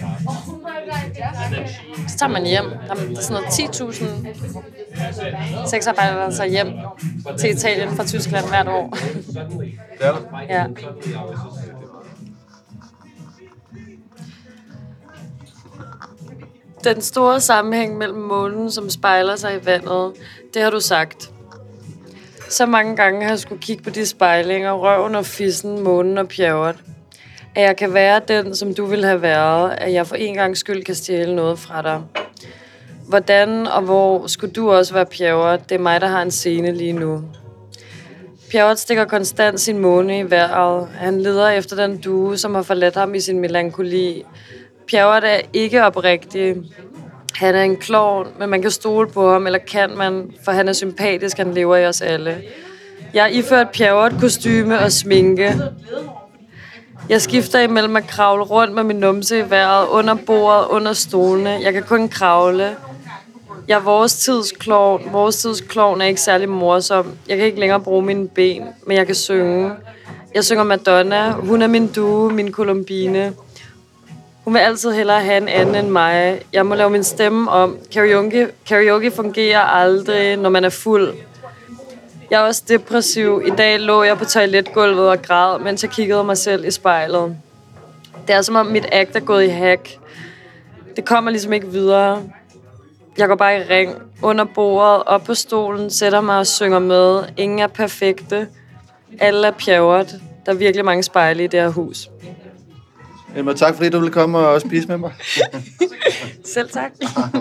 Så tager man hjem. Der er sådan noget ti tusind sexarbejdere, der tager hjem til Italien fra Tyskland hvert år. Det er det? Ja. Den store sammenhæng mellem månen, som spejler sig i vandet, det har du sagt. Så mange gange har jeg skulle kigge på de spejlinger, røven og fissen, månen og pjævret. At jeg kan være den, som du ville have været, at jeg for en gang skyld kan stjæle noget fra dig. Hvordan og hvor skulle du også være pjævret? Det er mig, der har en scene lige nu. Pjævret stikker konstant sin måne i vejret. Han leder efter den due, som har forladt ham i sin melankoli. Pjævret er ikke oprigtig. Han er en klovn, men man kan stole på ham, eller kan man, for han er sympatisk, han lever i os alle. Jeg har iført pjævret kostyme og sminke. Jeg skifter imellem at kravle rundt med min numse i vejret, under bordet, under stolene. Jeg kan kun kravle. Jeg er vores tids klovn. Vores tids klovn er ikke særlig morsom. Jeg kan ikke længere bruge mine ben, men jeg kan synge. Jeg synger Madonna. Hun er min due, min columbine. Hun vil altid hellere have en anden end mig. Jeg må lave min stemme om. Karaoke, karaoke fungerer aldrig, når man er fuld. Jeg er også depressiv. I dag lå jeg på toiletgulvet og græd, mens jeg kiggede mig selv i spejlet. Det er som om mit act er gået i hack. Det kommer ligesom ikke videre. Jeg går bare i ring, under bordet, op på stolen, sætter mig og synger med. Ingen er perfekte. Alle er pjævret. Der er virkelig mange spejle i det her hus. Emma, tak fordi du ville komme og spise med mig. Selv tak.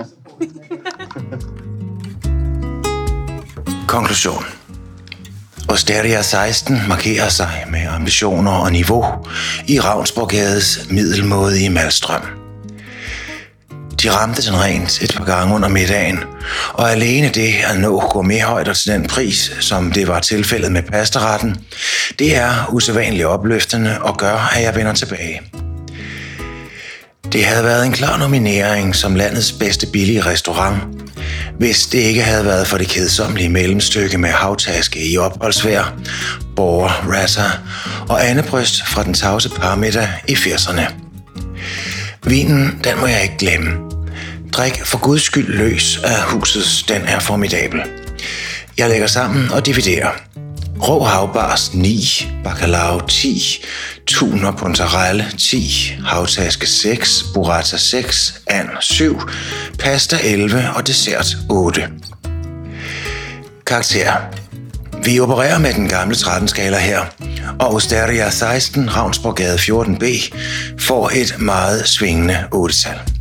Konklusion. Osteria seksten markerer sig med ambitioner og niveau i Ravnsborggades middelmådige Malstrøm. De ramte den rent et par gange under middagen, og alene det at nå gourmethøjder til den pris, som det var tilfældet med pastaretten, det er usædvanligt opløftende og gør, at jeg vender tilbage. Det havde været en klar nominering som landets bedste billige restaurant, Hvis det ikke havde været for det kedsommelige mellemstykke med havtaske i opholdsvejr, borger, rasa og andebryst fra den tavse parmiddag i firserne. Vinen, den må jeg ikke glemme. Drik for guds skyld løs af husets, den er formidabel. Jeg lægger sammen og dividerer. Rå havbars ni, bacalao ti, tuner puntarelle ti, havtaske seks, burrata seks, and syv, pasta elleve og dessert otte. Karakter. Vi opererer med den gamle tretten-skala her, og Osteria seksten, Ravnsborggade fjorten B, får et meget svingende otte-tal.